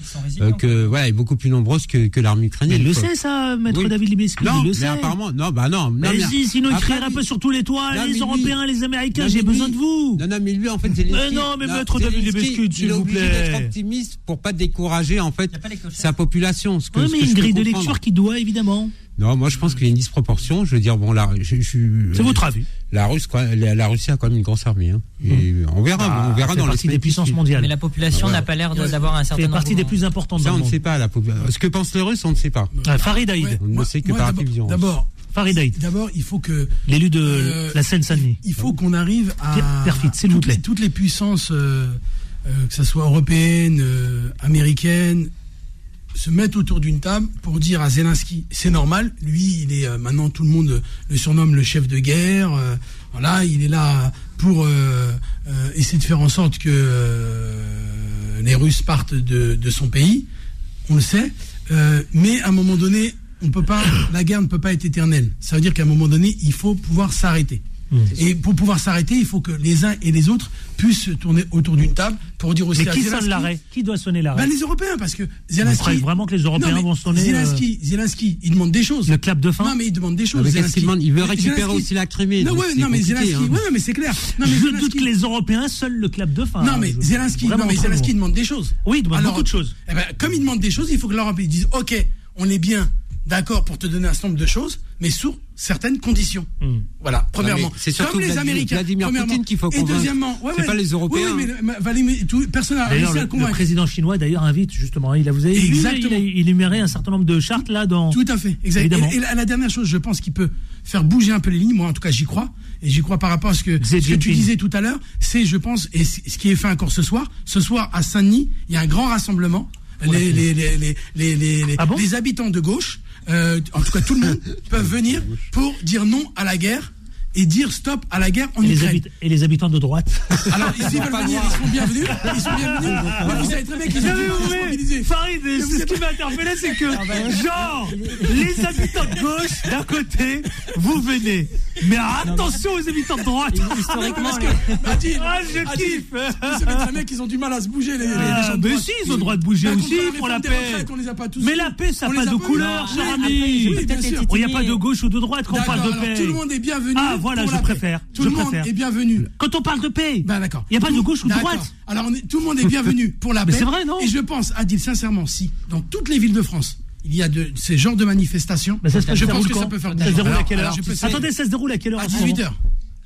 est beaucoup plus nombreuse que l'armée ukrainienne. Il le sait, ça, maître David Lebesky. Non, il le sait. Apparemment, non. Sinon il crierait un peu sur tous les toits, les Européens, les Américains, j'ai besoin de vous. Non, mais lui, en fait, Zelensky. Mais maître David Lebesky, s'il vous plaît. Il est obligé d'être optimiste pour pas décourager, en fait, sa population. Oui, mais une grille de lecture qui doit, évidemment. Non, moi, je pense qu'il y a une disproportion. Je veux dire, c'est votre avis. La Russie a quand même une grosse armée. Hein. Et on verra dans partie des puissances mondiales. Mais la population n'a pas l'air d'avoir un certain. C'est partie des plus importantes. Ça, on ne sait pas. Ce que pensent les Russes, on ne sait pas. Farid Aïd. On ne sait que par télévision. Farid Aïd. D'abord, il faut que l'élu de la Seine-Saint-Denis. Il faut qu'on arrive à Perfit, s'il vous plaît. Toutes les puissances, que ce soit européennes, américaines, se mettre autour d'une table pour dire à Zelensky, c'est normal, lui, il est maintenant, tout le monde le surnomme le chef de guerre, voilà, il est là pour essayer de faire en sorte que les Russes partent de son pays, on le sait, mais à un moment donné, la guerre ne peut pas être éternelle. Ça veut dire qu'à un moment donné, il faut pouvoir s'arrêter. Et pour pouvoir s'arrêter, il faut que les uns et les autres puissent se tourner autour d'une table pour dire aussi. Mais qui sonne l'arrêt? Qui doit sonner l'arrêt? Les Européens, parce que Zelensky. Vous croyez vraiment que les Européens vont sonner? Zelensky, il demande des choses. Le clap de fin? Non, mais il demande des choses. Il veut récupérer aussi la Crimée. Non, mais Zelensky. Oui, mais c'est clair. Je doute que les Européens seuls le clap de fin. Non, mais Zelensky demande des choses. Oui, il demande beaucoup de choses. Comme il demande des choses, il faut que l'Europe dise OK, on est bien d'accord pour te donner un certain nombre de choses, mais sous certaines conditions. Voilà, premièrement. C'est surtout comme les Américains. Vladimir Poutine qu'il faut convaincre. Et deuxièmement, c'est pas les Européens. Personne n'a réussi à le convaincre. Le président chinois, d'ailleurs, invite justement. Vous avez vu, il énumérait un certain nombre de chartes là dans. Tout à fait, exactement. Et la dernière chose, je pense, qui peut faire bouger un peu les lignes, moi en tout cas j'y crois, et j'y crois par rapport à ce que tu disais tout à l'heure, c'est, je pense, et ce qui est fait encore ce soir à Saint-Denis, il y a un grand rassemblement. Les habitants de gauche, en tout cas tout le monde, peuvent venir pour dire non à la guerre et dire stop à la guerre en Ukraine. Et les habitants de droite? Alors, s'ils veulent venir, ils sont bienvenus. Mais vous savez très bien qu'ils sont mobilisés. Farid, ce qui m'a interpellé, c'est que, les habitants de gauche, d'un côté, vous venez. Mais attention aux habitants de droite. Historiquement, je kiffe. Vous savez très bien qu'ils ont du mal à se bouger, les gens de droite. Mais si, ils ont le droit de bouger aussi pour la paix. Mais la paix, ça n'a pas de couleur, cher ami. Il n'y a pas de gauche ou de droite quand on parle de paix. Tout le monde est bienvenu. Voilà, je préfère. Tout le monde est bienvenu. Quand on parle de paix, d'accord. Il n'y a pas de gauche ou de droite. Alors, tout le monde est bienvenu pour la paix. Mais c'est vrai, non? Et je pense, Adil, sincèrement, si dans toutes les villes de France, il y a ces genres de manifestations, je pense que ça peut faire bouger. Ça se déroule à quelle heure? Attendez, ça se déroule à quelle heure? À 18h.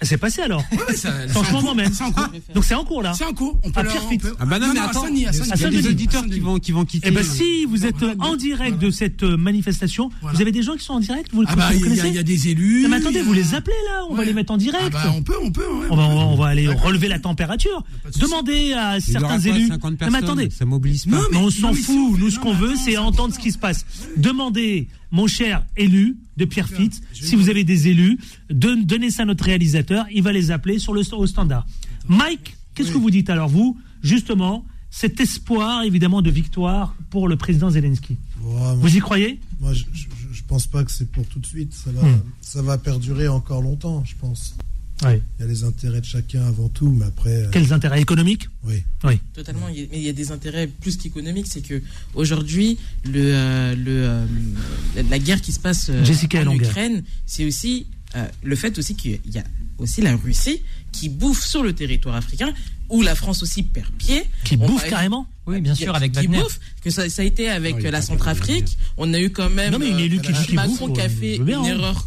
C'est passé alors. C'est en ce moment même. C'est en cours. Donc c'est en cours là. C'est en cours. On peut Pierrefitte. Ah bah non, mais attends, il y a des auditeurs qui vont quitter. Eh ben si vous êtes en direct de cette manifestation, vous avez des gens qui sont en direct, vous connaissez. Il y a des élus. Mais attendez, vous les appelez là, on va les mettre en direct. On peut. On va aller relever la température. Demandez à certains élus. Mais attendez, ça mobilise pas. On s'en fout. Nous, ce qu'on veut, c'est entendre ce qui se passe. Demandez, mon cher élu de Pierrefitte, si vous avez des élus, donnez ça à notre réalisateur. Il va les appeler au standard. Mike, qu'est-ce que vous dites alors, vous, justement, cet espoir, évidemment, de victoire pour le président Zelensky? Vous y croyez? Moi, je pense pas que c'est pour tout de suite. Ça va perdurer encore longtemps, je pense. Oui. Il y a les intérêts de chacun avant tout, mais après. Quels intérêts économiques? Oui. Totalement. Mais il y a des intérêts plus qu'économiques. C'est que aujourd'hui, la guerre qui se passe en Ukraine, c'est aussi le fait aussi qu'il y a aussi la Russie qui bouffe sur le territoire africain, où la France aussi perd pied. Qui bouffe carrément? Oui, bien sûr, avec Wagner. Qui bouffe, que ça a été avec la Centrafrique. On a eu quand même Macron qui a fait une erreur,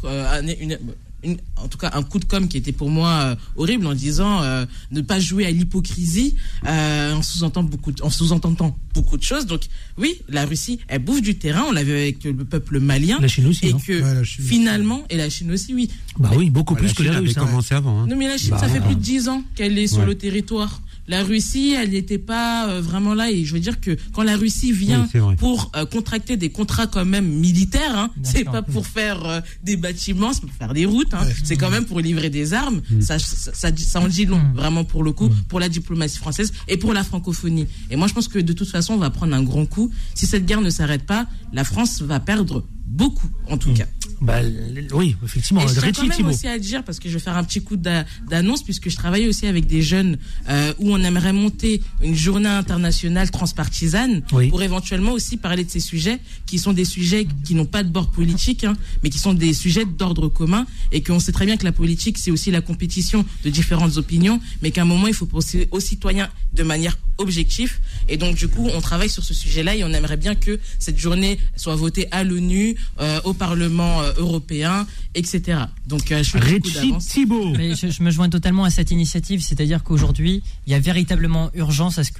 en tout cas un coup de com' qui était pour moi horrible, en disant ne pas jouer à l'hypocrisie, en sous-entendant beaucoup de choses. Donc oui, la Russie, elle bouffe du terrain, on l'a vu avec le peuple malien. La Chine aussi, et finalement, et la Chine aussi, oui. Oui, beaucoup plus que la Russie. Commencé avant. Non, mais la Chine, ça fait plus de 10 ans qu'elle est sur le territoire. La Russie, elle n'était pas vraiment là, et je veux dire que quand la Russie vient pour contracter des contrats quand même militaires, c'est pas pour faire des bâtiments, c'est pour faire des routes, c'est quand même pour livrer des armes. Ça en dit long, vraiment pour le coup, pour la diplomatie française et pour la francophonie. Et moi, je pense que de toute façon, on va prendre un grand coup. Si cette guerre ne s'arrête pas, la France va perdre beaucoup, en tout cas. Oui, effectivement. Et je tiens quand même aussi à dire, parce que je vais faire un petit coup d'annonce, puisque je travaille aussi avec des jeunes où on aimerait monter une journée internationale transpartisane pour éventuellement aussi parler de ces sujets, qui sont des sujets qui n'ont pas de bord politique, mais qui sont des sujets d'ordre commun, et qu'on sait très bien que la politique, c'est aussi la compétition de différentes opinions, mais qu'à un moment, il faut penser aux citoyens de manière objective. Et donc, du coup, on travaille sur ce sujet-là, et on aimerait bien que cette journée soit votée à l'ONU, au Parlement européen, etc. Donc, je suis Thibault. Mais je me joins totalement à cette initiative, c'est-à-dire qu'aujourd'hui, il y a véritablement urgence à ce que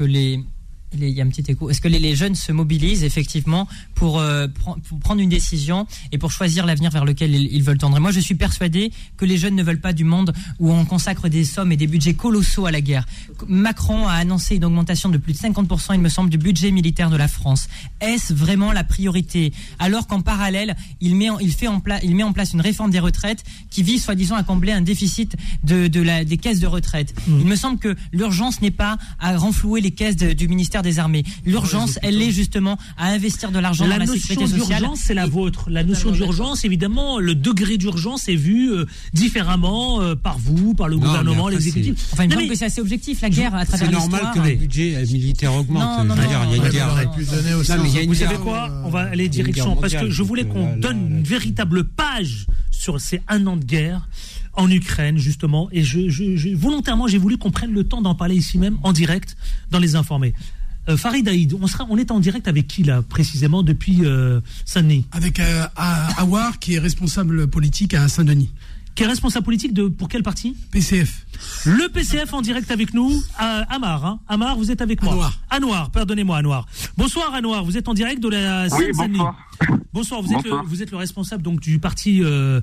il y a un petit écho. Est-ce que les jeunes se mobilisent effectivement pour prendre une décision et pour choisir l'avenir vers lequel ils veulent tendre? Et moi, je suis persuadé que les jeunes ne veulent pas du monde où on consacre des sommes et des budgets colossaux à la guerre. Macron a annoncé une augmentation de plus de 50%, il me semble, du budget militaire de la France. Est-ce vraiment la priorité? Alors qu'en parallèle, il met en place une réforme des retraites qui vise soi-disant à combler un déficit des caisses de retraite. Il me semble que l'urgence n'est pas à renflouer les caisses du ministère des Armées. L'urgence, elle est justement à investir de l'argent dans la sécurité sociale. La notion d'urgence, c'est la vôtre. La notion d'urgence, évidemment, le degré d'urgence est vu différemment par vous, par le gouvernement, l'exécutif. Enfin, il me semble que c'est assez objectif, la guerre à travers l'histoire. C'est normal que le budget militaire augmente. Non, il y a une guerre. Vous savez quoi? On va aller direction, parce que je voulais qu'on donne une véritable page sur ces 1 an de guerre en Ukraine, justement, et volontairement, j'ai voulu qu'on prenne le temps d'en parler ici même, en direct, dans Les Informés. Farid Aïd, on est en direct avec qui là précisément depuis Saint-Denis? Avec Awar, qui est responsable politique à Saint-Denis. Qui est responsable politique pour quel parti? PCF. Le PCF en direct avec nous. Amar, Amar, vous êtes avec moi. Anouar, pardonnez-moi Anouar. Bonsoir Anouar, vous êtes en direct de la Seine-Saint-Denis. Bonsoir, vous êtes le responsable donc du parti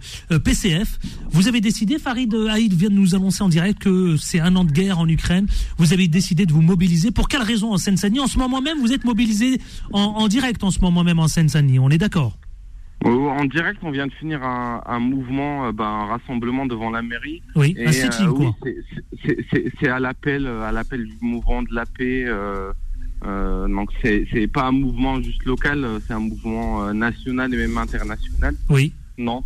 PCF. Vous avez décidé, Farid Aïd vient de nous annoncer en direct que c'est 1 an de guerre en Ukraine. Vous avez décidé de vous mobiliser. Pour quelle raison en Seine-Saint-Denis? En ce moment même, vous êtes mobilisé en direct en ce moment même en Seine-Saint-Denis. On est d'accord? En direct, on vient de finir un mouvement, un rassemblement devant la mairie. Oui, un sit-in, quoi. C'est à l'appel du mouvement de la paix. Donc c'est pas un mouvement juste local, c'est un mouvement national et même international. Oui. Donc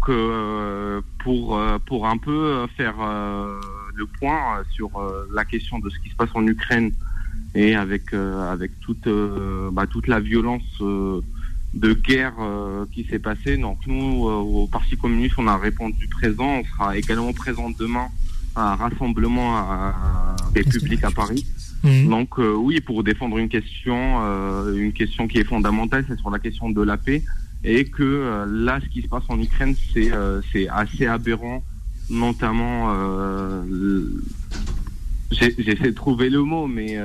pour un peu faire le point sur la question de ce qui se passe en Ukraine et avec toute la violence de guerre qui s'est passée. Donc nous, au Parti communiste, on a répondu présent. On sera également présent demain à un rassemblement à République à Paris. Donc oui, pour défendre une question qui est fondamentale, c'est sur la question de la paix, et que là, ce qui se passe en Ukraine, c'est assez aberrant notamment, j'essaie de trouver le mot, mais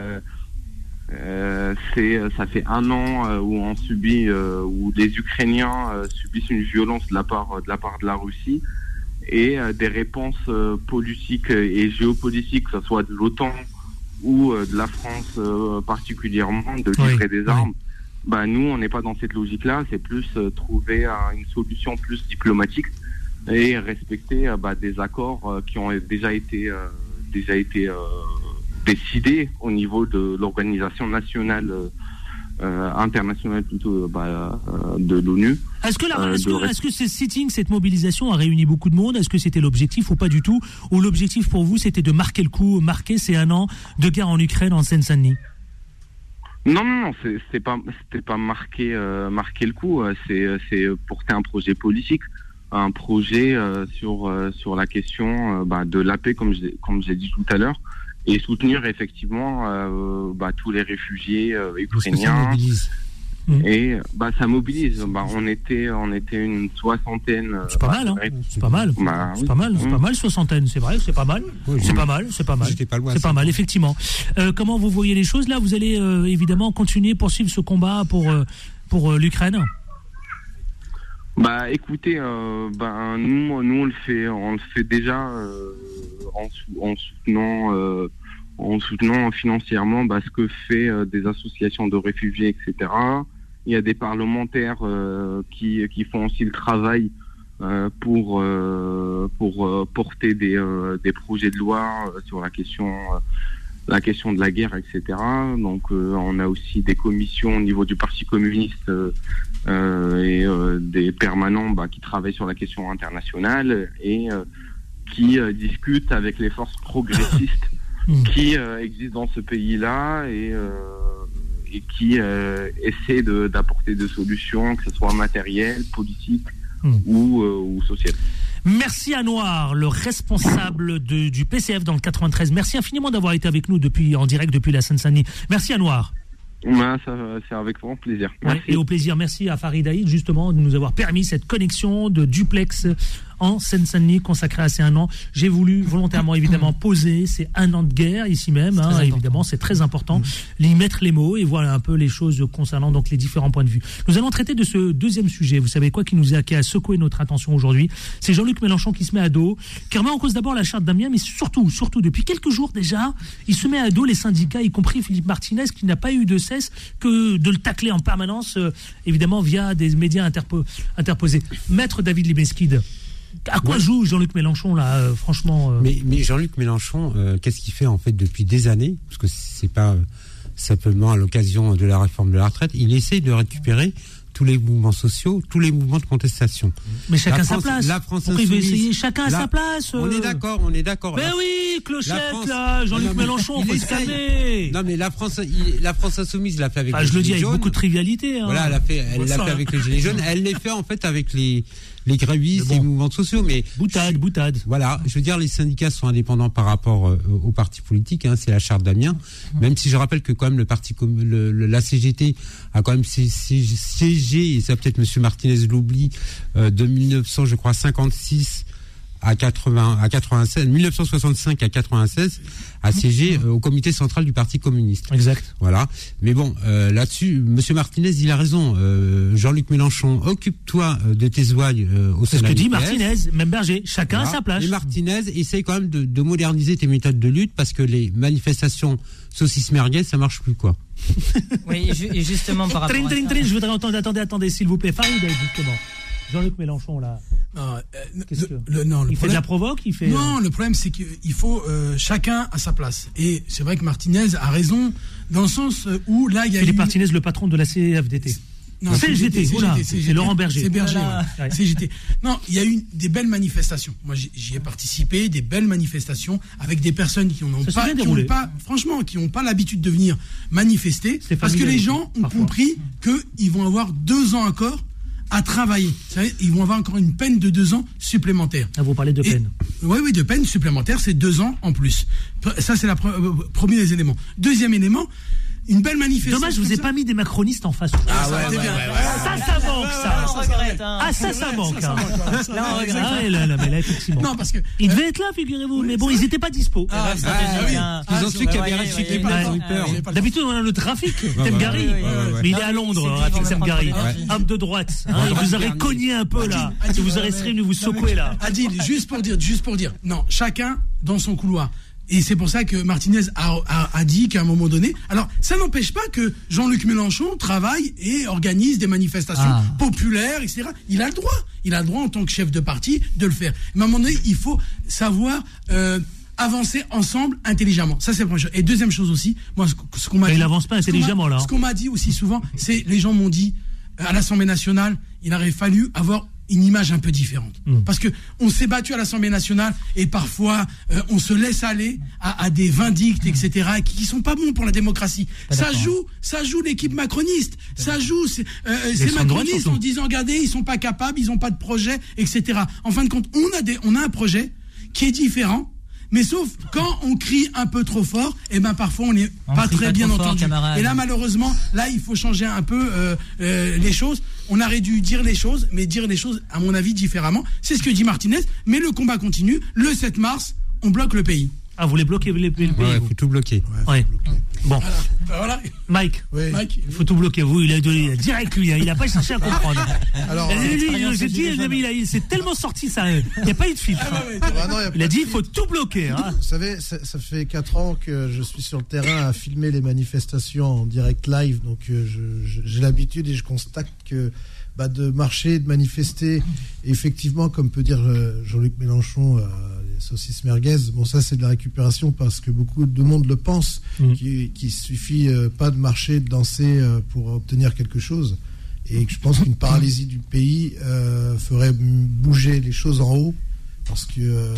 ça fait 1 an où les Ukrainiens subissent une violence de la part de la Russie, et des réponses politiques et géopolitiques, que ce soit de l'OTAN ou de la France particulièrement, de livrer des armes. Bah, nous, on n'est pas dans cette logique-là, c'est plus trouver une solution plus diplomatique et respecter des accords qui ont déjà été décidés au niveau de l'organisation nationale, internationale plutôt, de l'ONU. Est-ce que ce sitting, cette mobilisation a réuni beaucoup de monde? Est-ce que c'était l'objectif ou pas du tout? Ou l'objectif pour vous, c'était de marquer le coup, marquer ces 1 an de guerre en Ukraine, en Seine-Saint-Denis? Non, c'était pas marquer le coup. C'est porter un projet politique, un projet sur la question de la paix, comme j'ai dit tout à l'heure, et soutenir effectivement tous les réfugiés ukrainiens. Et ça mobilise. On était une soixantaine. C'est pas mal, hein. C'est pas mal. C'est pas mal. C'est pas mal, soixantaine. C'est vrai, c'est pas mal. C'est pas mal. C'est pas mal. C'est pas mal, effectivement. Comment vous voyez les choses là? Vous allez évidemment continuer, poursuivre ce combat pour l'Ukraine. Écoutez, nous on le fait déjà en soutenant financièrement ce que fait des associations de réfugiés, etc. Il y a des parlementaires qui font aussi le travail pour porter des projets de loi sur la question de la guerre, etc. Donc on a aussi des commissions au niveau du Parti communiste et des permanents qui travaillent sur la question internationale et qui discutent avec les forces progressistes qui existent dans ce pays-là et qui essaient d'apporter des solutions, que ce soit matérielles, politiques ou sociales. Merci Anouar, le responsable du PCF dans le 93. Merci infiniment d'avoir été avec nous en direct depuis la Seine-Saint-Denis. Merci Anouar. C'est avec grand plaisir. Merci. Et au plaisir, merci à Farid Aïd justement de nous avoir permis cette connexion de duplex en Seine-Saint-Denis consacrée à ces 1 an. J'ai voulu volontairement évidemment poser ces 1 an de guerre ici même, évidemment c'est très important, y mettre les mots et voir un peu les choses concernant donc les différents points de vue. Nous allons traiter de ce deuxième sujet, vous savez quoi, qui a secoué notre attention aujourd'hui. C'est Jean-Luc Mélenchon qui se met à dos, qui remet en cause d'abord la charte d'Amiens, mais surtout depuis quelques jours déjà, il se met à dos les syndicats, y compris Philippe Martinez, qui n'a pas eu de cesse que de le tacler en permanence, évidemment via des médias interposés. Maître David Libeskid, à quoi joue Jean-Luc Mélenchon là, franchement Mais Jean-Luc Mélenchon, qu'est-ce qu'il fait en fait depuis des années? Parce que c'est pas simplement à l'occasion de la réforme de la retraite. Il essaie de récupérer tous les mouvements sociaux, tous les mouvements de contestation. Mais chacun sa place. La France Pourquoi il veut essayer chacun à sa place On est d'accord. Mais oui, clochette là, Jean-Luc Mélenchon, faut se calmer. Non mais la France insoumise l'a fait avec les Gilets jaunes. Je le dis avec jaunes. Beaucoup de trivialité. Hein. Voilà, elle l'a fait avec les Gilets jaunes. Elle l'a fait en fait avec les grévistes, les mouvements sociaux, mais boutade. Voilà, je veux dire, les syndicats sont indépendants par rapport aux partis politiques. C'est la charte d'Amiens. Même si je rappelle que quand même la CGT a quand même siégé, et ça peut-être Monsieur Martinez l'oublie, de 1956 à 96, 1965 à 96, a siégé au comité central du Parti communiste. Exact. Voilà. Mais bon, là-dessus, Monsieur Martinez, il a raison. Jean-Luc Mélenchon, occupe-toi de tes ouailles au Sénat. C'est ce que dit Martinez, même Berger. Chacun à sa place. Et Martinez essaye quand même de moderniser tes méthodes de lutte parce que les manifestations saucisses merguez, ça marche plus, quoi. Oui, et justement par rapport à ça... Je voudrais entendre, attendez, s'il vous plaît. Farid, justement. Jean-Luc Mélenchon, là. Il fait de la provoque, Non, le problème, c'est qu'il faut chacun à sa place. Et c'est vrai que Martinez a raison, dans le sens où, là, il y a Philippe Martinez, le patron de la CFDT. Non, CGT, c'est Laurent Berger. C'est Berger, voilà. CGT. Non, il y a eu des belles manifestations. Moi, j'y ai participé, des belles manifestations avec des personnes qui n'ont pas l'habitude de venir manifester, parce que les gens ont compris qu'ils vont avoir 2 ans encore à travailler. Ils vont avoir encore une peine de 2 ans supplémentaire. Ah, vous parlez de peine. Oui, de peine supplémentaire, c'est 2 ans en plus. Ça, c'est le premier des éléments. Deuxième élément, une belle manifestation. Dommage, je vous ai pas mis des macronistes en face. Ah ouais, ça manque, ça. On regrette, hein. Ah, ça manque. Là, on regrette. Ah, là, effectivement. Non, parce que. Ils devaient être là, figurez-vous, mais bon, ils étaient pas dispo. Ils ont su qu'il y avait Rachid D'habitude, on a le trafic, Temgari. Mais il est à Londres, Rafik Temgari. Homme de droite. Il vous aurait cogné un peu, là. Il vous aurait venu vous secouer, là. Adil, juste pour dire. Non, chacun dans son couloir. Et c'est pour ça que Martinez a dit qu'à un moment donné... Alors, ça n'empêche pas que Jean-Luc Mélenchon travaille et organise des manifestations populaires, etc. Il a le droit. Il a le droit, en tant que chef de parti, de le faire. Mais à un moment donné, il faut savoir avancer ensemble, intelligemment. Ça, c'est la première chose. Et deuxième chose aussi, moi, ce qu'on m'a dit... Il n'avance pas intelligemment, là. Ce qu'on m'a dit aussi souvent, c'est... Les gens m'ont dit, à l'Assemblée nationale, il aurait fallu avoir une image un peu différente. Parce que on s'est battu à l'Assemblée nationale et parfois on se laisse aller à des vindictes, etc., qui sont pas bons pour la démocratie. Ça joue l'équipe macroniste. Ça joue ces macronistes en disant, regardez, ils sont pas capables, ils ont pas de projet, etc. En fin de compte, on a un projet qui est différent. Mais sauf quand on crie un peu trop fort, et ben parfois on n'est pas très bien entendu. Et là malheureusement, là il faut changer un peu les choses. On aurait dû dire les choses, mais dire les choses à mon avis différemment. C'est ce que dit Martinez. Mais le combat continue. Le 7 mars, on bloque le pays. Ah, vous voulez bloquer le pays? Ouais, il faut tout bloquer. Ouais. Bon. Voilà. Mike, il faut tout bloquer. Vous, il a direct, lui. Il n'a pas cherché à comprendre. Alors, il s'est tellement sorti, ça. Il n'y a pas eu de filtre. Il a dit, il faut tout bloquer. Hein. Vous savez, ça fait 4 ans que je suis sur le terrain à filmer les manifestations en direct live. Donc, j'ai l'habitude et je constate que de marcher, de manifester, effectivement, comme peut dire Jean-Luc Mélenchon, les saucisses merguez, bon, ça c'est de la récupération parce que beaucoup de monde le pense, qu'il suffit pas de marcher, de danser pour obtenir quelque chose. Et je pense qu'une paralysie du pays ferait bouger les choses en haut, parce que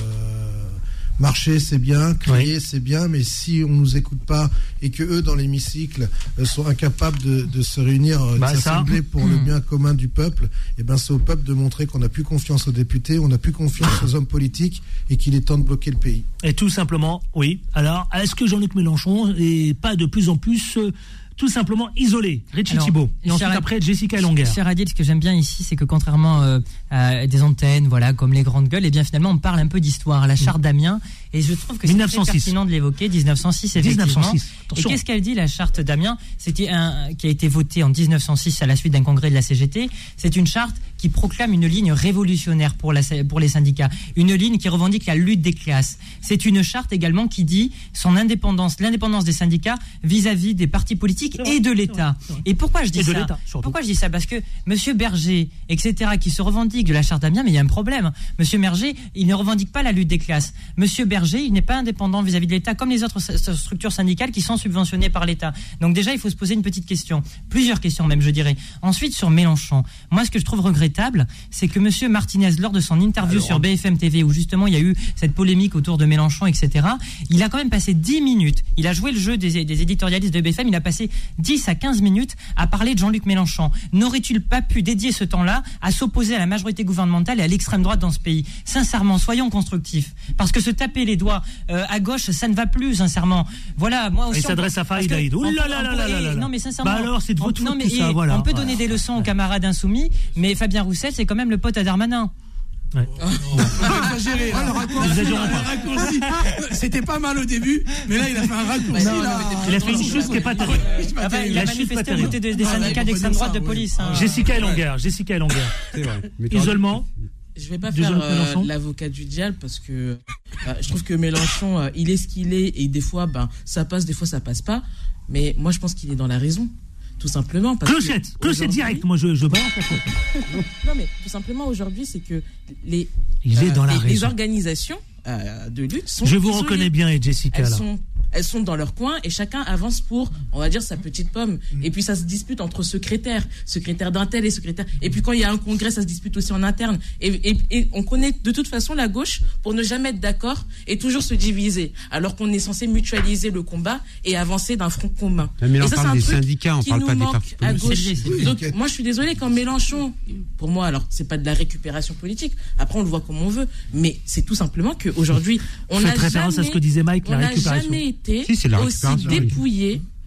marcher c'est bien, crier c'est bien, mais si on nous écoute pas et que eux dans l'hémicycle sont incapables de se réunir, de s'assembler pour le bien commun du peuple, et ben c'est au peuple de montrer qu'on n'a plus confiance aux députés, on n'a plus confiance aux hommes politiques et qu'il est temps de bloquer le pays. Et tout simplement, oui. Alors, est-ce que Jean-Luc Mélenchon n'est pas de plus en plus tout simplement isolé? Richie Thibault. Et ensuite après Jessica Elonguer. Cher Adil, ce que j'aime bien ici, c'est que contrairement à des antennes, voilà, comme les grandes gueules, et bien finalement on parle un peu d'histoire. La charte d'Amiens, et je trouve que c'est très pertinent de l'évoquer. 1906, effectivement. 1906. Et qu'est-ce qu'elle dit, la charte d'Amiens? C'était qui a été votée en 1906 à la suite d'un congrès de la CGT. C'est une charte qui proclame une ligne révolutionnaire pour les syndicats, une ligne qui revendique la lutte des classes. C'est une charte également qui dit l'indépendance des syndicats vis-à-vis des partis politiques et de l'État. Et pourquoi je dis ça? Pourquoi je dis ça? Parce que Monsieur Berger, etc., qui se revendique de la charte d'Amiens, mais il y a un problème. Monsieur Berger, il ne revendique pas la lutte des classes. Monsieur Berger, il n'est pas indépendant vis-à-vis de l'État, comme les autres structures syndicales qui sont subventionnées par l'État. Donc déjà, il faut se poser une petite question, plusieurs questions même, je dirais. Ensuite, sur Mélenchon, moi, ce que je trouve regrettable, c'est que Monsieur Martinez, lors de son interview sur BFM TV, où justement il y a eu cette polémique autour de Mélenchon, etc., il a quand même passé 10 minutes. Il a joué le jeu des éditorialistes de BFM. Il a passé 10 à 15 minutes à parler de Jean-Luc Mélenchon. N'aurait-il pas pu dédier ce temps-là à s'opposer à la majorité gouvernementale et à l'extrême droite dans ce pays? Sincèrement, soyons constructifs. Parce que se taper les doigts à gauche, ça ne va plus, sincèrement. Voilà, moi aussi. Il s'adresse à Farid Aïd. Non, mais sincèrement. Bah alors, c'est de votre faute, tout ça, voilà. On peut donner des leçons aux camarades insoumis, mais Fabien Roussel, c'est quand même le pote à Darmanin. Ouais. Exagéré. Le raccourci. C'était pas mal au début, mais là il a fait un raccourci. Il a fait une chose qui n'est pas terrible. Il a manifesté aux côtés des syndicats d'extrême droite de police. Jessica Elonguer. C'est vrai. Isolement. Je vais pas faire l'avocat du diable parce que je trouve que Mélenchon, il est ce qu'il est et des fois, ça passe, des fois ça passe pas. Mais moi, je pense qu'il est dans la raison. Tout simplement. Clochette direct, moi je balance la faute. Non, mais tout simplement aujourd'hui, c'est que les organisations de lutte sont. Je vous reconnais bien, et Jessica, là. Elles sont dans leur coin et chacun avance pour, on va dire, sa petite pomme. Et puis ça se dispute entre secrétaires d'un tel et secrétaire. Et puis quand il y a un congrès, ça se dispute aussi en interne. Et on connaît de toute façon la gauche pour ne jamais être d'accord et toujours se diviser. Alors qu'on est censé mutualiser le combat et avancer d'un front commun. Mais et on parle des syndicats, on parle pas des partis politiques. Donc moi je suis désolée quand Mélenchon, pour moi, alors c'est pas de la récupération politique. Après on le voit comme on veut. Mais c'est tout simplement qu'aujourd'hui, on n'a référence à ce que disait Mike, la récupération. Jamais été aussi dépouillé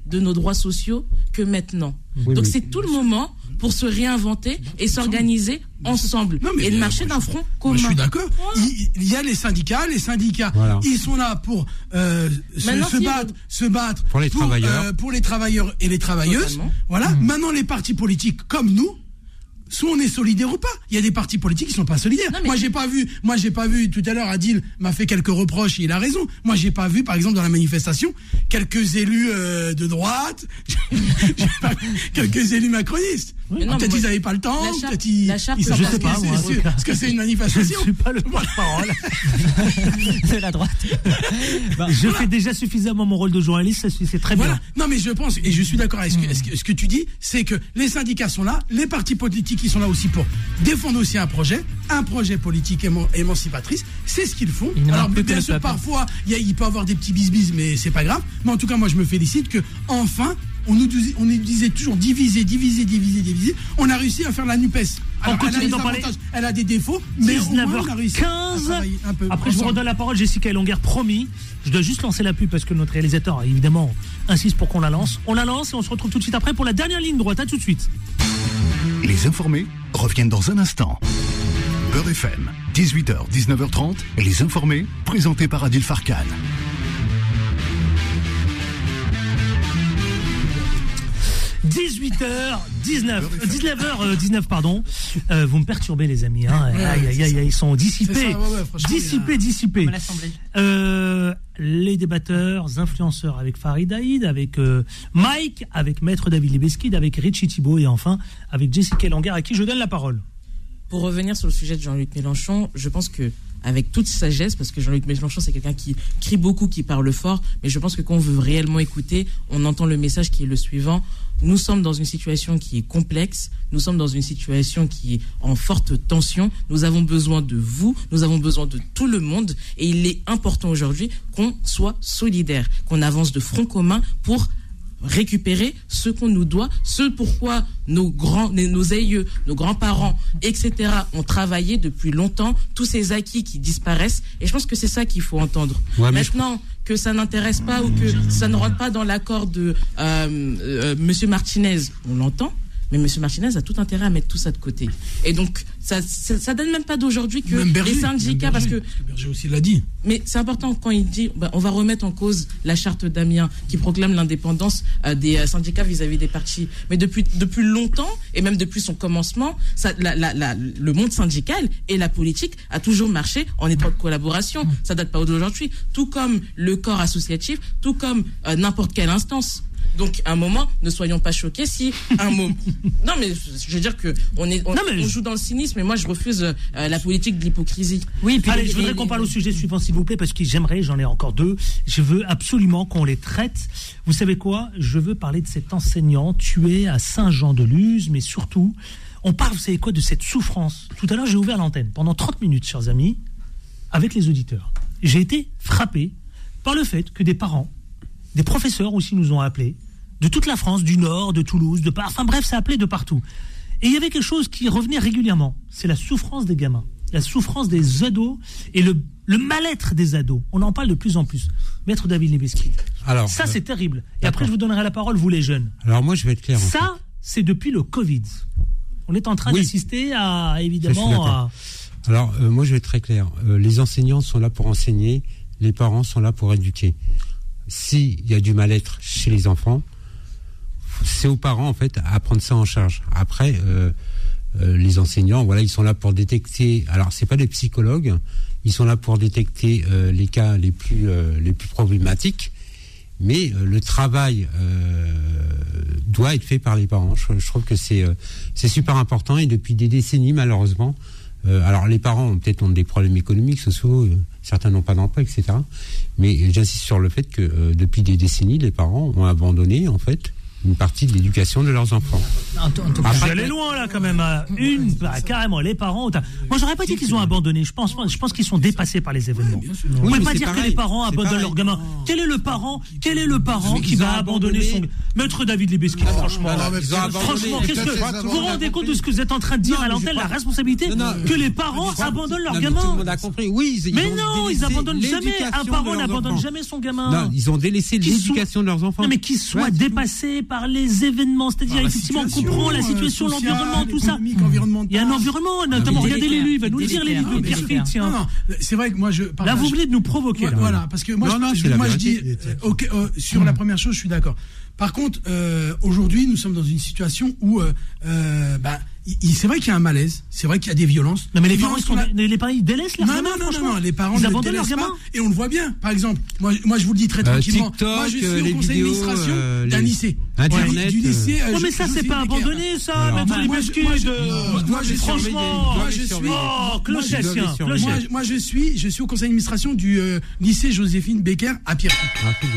de nos droits sociaux que maintenant. Donc c'est tout le moment pour se réinventer et s'organiser ensemble et de marcher d'un front commun. Je suis d'accord. Il y a les syndicats, ils sont là pour se battre pour les travailleurs et les travailleuses. Voilà. Maintenant, les partis politiques comme nous, soit on est solidaire ou pas. Il y a des partis politiques qui sont pas solidaires. Moi j'ai pas vu tout à l'heure, Adil m'a fait quelques reproches et il a raison. Moi j'ai pas vu, par exemple, dans la manifestation, quelques élus de droite, quelques élus macronistes. Peut-être ils n'avaient pas le temps, peut-être ils savent pas ce que c'est une manifestation. Je suis pas le porte-parole de la droite. Je fais déjà suffisamment mon rôle de journaliste, c'est très bien. Non mais je pense, et je suis d'accord avec ce que tu dis, c'est que les syndicats sont là, les partis politiques qui sont là aussi pour défendre aussi un projet politique émancipatrice, c'est ce qu'ils font. Alors bien sûr parfois il peut y avoir des petits bisbis, mais c'est pas grave. Mais en tout cas moi je me félicite que enfin on nous disait toujours diviser. On a réussi à faire la NUPES. Alors, elle a des défauts, mais 19h15. Après, je vous redonne la parole, Jessica Elonguer, promis. Je dois juste lancer la pub parce que notre réalisateur, évidemment, insiste pour qu'on la lance. On la lance et on se retrouve tout de suite après pour la dernière ligne droite. À tout de suite. Les informés reviennent dans un instant. Beurre FM, 18h, 19h30. Les informés, présentés par Adil Farkan. 19h19 pardon. Vous me perturbez les amis. Ils sont dissipés. Dissipés. Les débatteurs, influenceurs avec Farid Aïd, avec Mike, avec Maître David Libeskid, avec Richie Thibault et enfin avec Jessica Elonguer à qui je donne la parole. Pour revenir sur le sujet de Jean-Luc Mélenchon, je pense que avec toute sagesse, parce que Jean-Luc Mélenchon c'est quelqu'un qui crie beaucoup, qui parle fort, mais je pense que quand on veut réellement écouter, on entend le message qui est le suivant. Nous sommes dans une situation qui est complexe, nous sommes dans une situation qui est en forte tension, nous avons besoin de vous, nous avons besoin de tout le monde, et il est important aujourd'hui qu'on soit solidaire, qu'on avance de front commun pour récupérer ce qu'on nous doit, ce pourquoi nos aïeux, nos grands-parents, etc. ont travaillé depuis longtemps, tous ces acquis qui disparaissent, et je pense que c'est ça qu'il faut entendre. Maintenant, que ça n'intéresse pas ou que ça ne rentre pas dans l'accord de Monsieur Martinez, on l'entend, mais M. Martinez a tout intérêt à mettre tout ça de côté. Et donc, ça donne même pas d'aujourd'hui que les syndicats, parce que Berger aussi l'a dit. Mais c'est important quand il dit, on va remettre en cause la charte d'Amiens qui proclame l'indépendance des syndicats vis-à-vis des partis. Mais depuis longtemps, et même depuis son commencement, le monde syndical et la politique a toujours marché en étroite collaboration. Ça date pas d'aujourd'hui. Tout comme le corps associatif, tout comme n'importe quelle instance. Donc, à un moment, ne soyons pas choqués si un mot. Non, mais je veux dire que on joue dans le cynisme, et moi, je refuse la politique de l'hypocrisie. Oui, puis allez, je voudrais qu'on parle au sujet suivant, s'il vous plaît, parce que j'en ai encore deux. Je veux absolument qu'on les traite. Vous savez quoi ? Je veux parler de cet enseignant tué à Saint-Jean-de-Luz, mais surtout, on parle, vous savez quoi, de cette souffrance. Tout à l'heure, j'ai ouvert l'antenne pendant 30 minutes, chers amis, avec les auditeurs. J'ai été frappé par le fait que des parents, des professeurs aussi nous ont appelés, de toute la France, du Nord, de Toulouse, enfin bref, ça appelait de partout. Et il y avait quelque chose qui revenait régulièrement, c'est la souffrance des gamins, la souffrance des ados et le mal-être des ados. On en parle de plus en plus. Maître David Libeskid. Alors, ça, c'est terrible. Et après, je vous donnerai la parole, vous les jeunes. Alors moi, je vais être clair. Ça, c'est depuis le Covid. On est en train d'assister à, évidemment... Alors, moi, je vais être très clair. Les enseignants sont là pour enseigner, les parents sont là pour éduquer. S'il y a du mal-être chez les enfants, c'est aux parents en fait à prendre ça en charge. Après, les enseignants, voilà, ils sont là pour détecter. Alors, c'est pas des psychologues, ils sont là pour détecter les cas les plus problématiques. Mais le travail doit être fait par les parents. Je trouve que c'est super important, et depuis des décennies, malheureusement. Alors, les parents ont des problèmes économiques, sociaux, certains n'ont pas d'emploi, etc. Mais j'insiste sur le fait que depuis des décennies, les parents ont abandonné, en fait, une partie de l'éducation de leurs enfants. Vous allez loin là quand même. Carrément, les parents. Moi, j'aurais pas dit qu'ils ont abandonné. Je pense qu'ils sont dépassés par les événements. On ne peut pas dire que les parents abandonnent leurs gamins. Quel est le parent qui va abandonner son Maître David Libeski, franchement. Franchement, vous vous rendez compte de ce que vous êtes en train de dire à l'antenne, la responsabilité que les parents abandonnent leurs gamins. Tout le monde a compris. Oui, mais non, ils abandonnent jamais. Un parent n'abandonne jamais son gamin. Non, ils ont délaissé l'éducation de leurs enfants. Non, mais qu'ils soient dépassés par les événements, c'est-à-dire effectivement on comprend la situation, l'environnement, tout ça. Il y a un environnement, notamment regardez l'élu, il va nous le dire l'élu de Pierrefitte, tiens. Non, c'est vrai que moi je. Là vous venez de nous provoquer. Voilà, parce que moi je dis sur la première chose, je suis d'accord. Par contre, aujourd'hui, nous sommes dans une situation où, c'est vrai qu'il y a un malaise, c'est vrai qu'il y a des violences. Non, mais les parents, ils délaissent leurs gamins. Non, les parents ne délaissent pas. Et on le voit bien. Par exemple, moi, je vous le dis très tranquillement. Moi, je suis au conseil d'administration d'un lycée. Du lycée. Non, mais ça, c'est pas abandonné, ça. Maître Libeski. Franchement. Oh, clochette, tiens. Moi, je suis au conseil d'administration du lycée Joséphine Becker à Pierrefitte.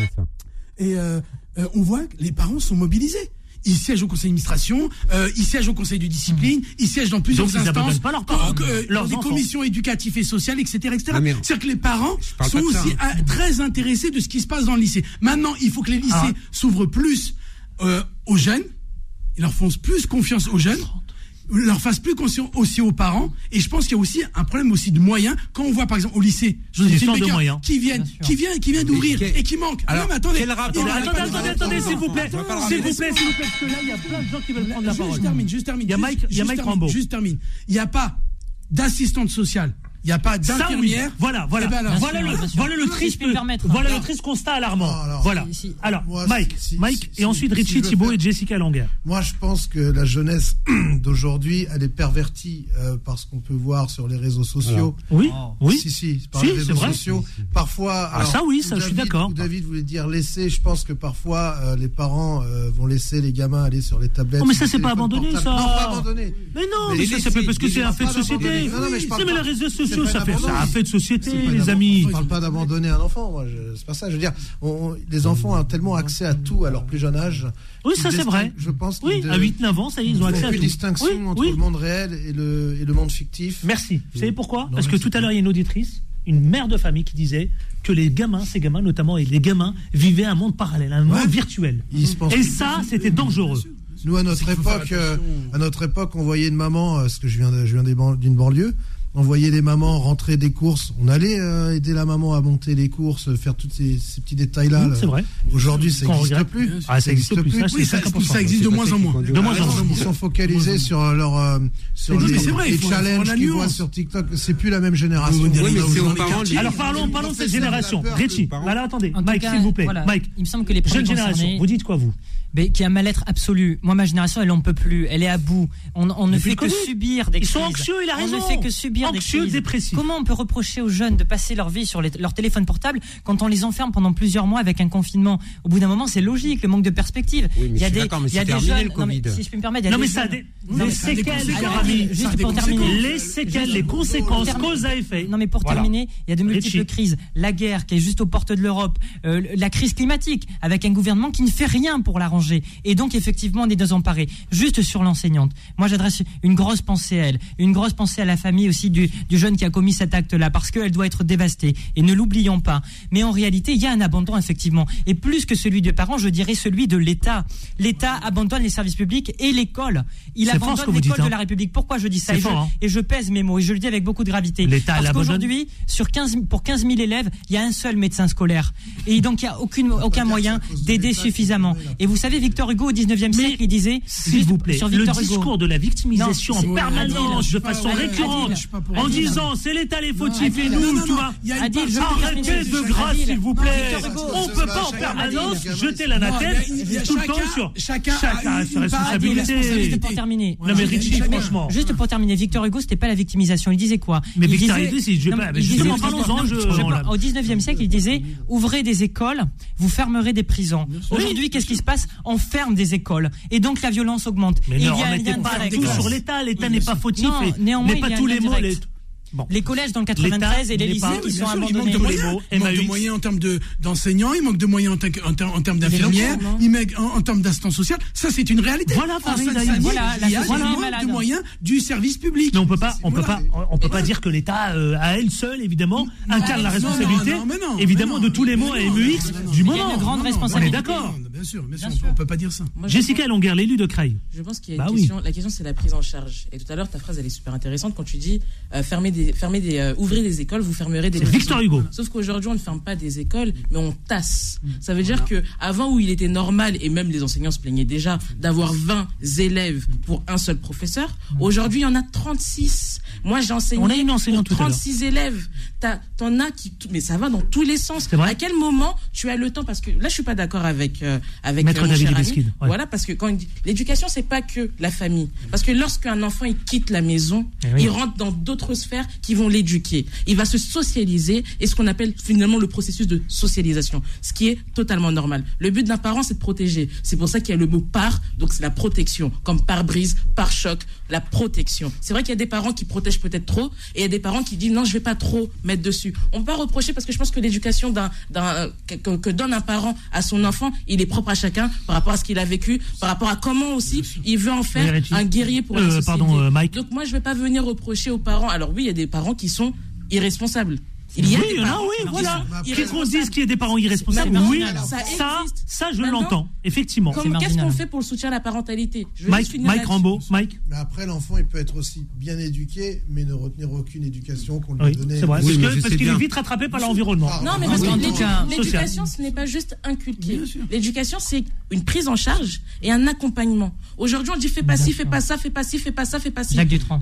Et on voit que les parents sont mobilisés. Ils siègent au conseil d'administration, ils siègent au conseil de discipline, ils siègent dans plusieurs instances, pas leurs parents, dans des commissions éducatives et sociales, etc. C'est-à-dire que les parents sont aussi très intéressés de ce qui se passe dans le lycée. Maintenant, il faut que les lycées s'ouvrent plus aux jeunes, ils leur font plus confiance aux jeunes, leur fassent plus confiance aussi aux parents. Et je pense qu'il y a aussi un problème aussi de moyens. Quand on voit par exemple au lycée Joséphine Becker qui vient d'ouvrir et qui manque. Alors, non, mais attendez, attendez, s'il vous plaît, parce que là il y a plein de gens qui veulent prendre la parole. Juste termine. Il y a Mike Rambo. Juste termine. Il n'y a pas d'assistante sociale. Il n'y a pas d'infirmière. Voilà le triste constat alarmant. Alors, Mike, et ensuite Richie Thibault et Jessica Langer. Moi, je pense que la jeunesse d'aujourd'hui, elle est pervertie par ce qu'on peut voir sur les réseaux sociaux. Oui. Par les réseaux sociaux. Parfois. Je suis d'accord. David voulait dire laisser. Je pense que parfois, les parents vont laisser les gamins aller sur les tablettes. Oh, mais ça, c'est pas abandonné, ça. Non, pas abandonné. Mais non, mais ça, c'est parce que c'est un fait de société. Non, mais les réseaux sociaux, ça fait un fait de société, les amis. Je ne parle pas d'abandonner un enfant, moi. C'est pas ça. Je veux dire, les enfants ont tellement accès à tout à leur plus jeune âge. Oui, ça c'est vrai. Je pense. Oui, à 8-9 ans, ça y est, ils ont accès à tout. Il y a une distinction entre le monde réel et le monde fictif. Merci. Vous savez pourquoi ? Parce que tout à l'heure, il y a une auditrice, une mère de famille qui disait que les gamins notamment, et les gamins vivaient un monde parallèle, un monde virtuel. Et ça, c'était dangereux. Nous, à notre époque, on voyait une maman, parce que je viens d'une banlieue, on voyait les mamans rentrer des courses. On allait aider la maman à monter les courses, faire tous ces petits détails-là. C'est vrai. Aujourd'hui, ça n'existe plus. Ça n'existe plus. Ça existe de moins en moins. Ils sont focalisés sur les challenges qu'ils voient sur TikTok. C'est plus la même génération. Alors parlons de cette génération. Richie, alors attendez, Mike, s'il vous plaît. Mike, il me semble que les jeune génération. Vous dites quoi, vous ? Mais qui a un mal-être absolu. Moi, ma génération, elle n'en peut plus. Elle est à bout. On ne fait que subir des crises. Ils sont anxieux, il a raison. On ne fait que subir des crises. Dépressifs. Comment on peut reprocher aux jeunes de passer leur vie sur leur téléphone portable quand on les enferme pendant plusieurs mois avec un confinement ? Au bout d'un moment, c'est logique, le manque de perspective. Oui, mais il y a des jeunes. Si je peux me permettre, il y a des jeunes. Les séquelles, juste pour terminer. Les séquelles, les conséquences, cause à effet. Non, mais pour terminer, il y a de multiples crises. La guerre qui est juste aux portes de l'Europe, la crise climatique, avec un gouvernement qui ne fait rien pour l'arranger. Et donc, effectivement, on est désemparés. Juste sur l'enseignante. Moi, j'adresse une grosse pensée à elle. Une grosse pensée à la famille aussi du jeune qui a commis cet acte-là, parce qu'elle doit être dévastée. Et ne l'oublions pas. Mais en réalité, il y a un abandon, effectivement. Et plus que celui des parents, je dirais celui de l'État. L'État abandonne les services publics et l'école. Il abandonne l'école de la République. Pourquoi je dis ça ? Et je pèse mes mots. Et je le dis avec beaucoup de gravité. Parce qu'aujourd'hui, pour 15 000 élèves, il y a un seul médecin scolaire. Et donc, il n'y a aucun moyen d'aider suffisamment. Et vous savez, Victor Hugo, au 19e siècle, il disait... S'il vous plaît, le discours de la victimisation en permanence, de façon récurrente, en disant c'est l'État les fautifs et nous, tu vois. Arrêtez de grâce, s'il vous plaît. On ne peut pas en permanence jeter l'anathème tout le temps sur chacun a sa responsabilité. Juste pour terminer. Non mais Richie, franchement. Juste pour terminer, Victor Hugo, c'était pas la victimisation. Il disait quoi ? Mais Victor Hugo, justement, parlons-en. Au 19e siècle, il disait ouvrez des écoles, vous fermerez des prisons. Aujourd'hui, qu'est-ce qui se passe ? On ferme des écoles. Et donc la violence augmente. Mais ne remettez pas tout sur l'État. L'État n'est pas fautif. Néanmoins, pas tous les mots. Les collèges dans le 93 et les lycées qui sont abandonnés. Il manque de moyens en termes d'enseignants, il manque de moyens en termes d'infirmières, il manque en termes d'assistance sociale. Ça, c'est une réalité. Voilà, il y a manque de moyens du service public. Mais on peut pas dire que l'État, à elle seule, évidemment, incarne la responsabilité, évidemment, de tous les mots à MUX du moment. Il y a une grande responsabilité. On est d'accord. Bien sûr, on peut pas dire ça. Jessica Longuer, l'élu de Creil. Je pense qu'il y a une question. La question, c'est la prise en charge. Et tout à l'heure, ta phrase, elle est super intéressante quand tu dis ouvrez des écoles, vous fermerez des. Victor Hugo. Sauf qu'aujourd'hui, on ne ferme pas des écoles, mais on tasse. Ça veut dire que avant où il était normal, et même les enseignants se plaignaient déjà, d'avoir 20 élèves pour un seul professeur, aujourd'hui, il y en a 36. Moi, j'ai enseigné. On a une enseignante tout à l'heure. 36 élèves. T'en as qui, mais ça va dans tous les sens. À quel moment tu as le temps? Parce que là, je suis pas d'accord avec Maître David Libeskid. Ouais. Voilà, parce que quand il dit l'éducation, c'est pas que la famille. Parce que lorsqu'un enfant il quitte la maison, il rentre dans d'autres sphères qui vont l'éduquer. Il va se socialiser et ce qu'on appelle finalement le processus de socialisation, ce qui est totalement normal. Le but d'un parent, c'est de protéger. C'est pour ça qu'il y a le mot pare, donc c'est la protection, comme pare-brise, pare-choc, la protection. C'est vrai qu'il y a des parents qui protègent peut-être trop et il y a des parents qui disent non, je vais pas trop mettre dessus. On peut pas reprocher parce que je pense que l'éducation que donne un parent à son enfant, il est propre à chacun par rapport à ce qu'il a vécu, par rapport à comment aussi il veut en faire un guerrier pour la société. Mike. Donc moi, je vais pas venir reprocher aux parents. Alors oui, il y a des parents qui sont irresponsables. Il y en a, voilà. Qu'on dise qu'il y a des parents irresponsables, oui, ça je l'entends, effectivement. Qu'est-ce qu'on fait pour le soutien à la parentalité? Mike Rambo, Mike. Mais après, l'enfant, il peut être aussi bien éduqué, mais ne retenir aucune éducation qu'on lui a donnée. C'est vrai, parce qu'il est vite rattrapé par l'environnement. Non, mais parce que l'éducation, ce n'est pas juste inculquer. L'éducation, c'est une prise en charge et un accompagnement. Aujourd'hui, on dit fais pas ci, fais pas ça, fais pas ci, fais pas ça, fais pas ci.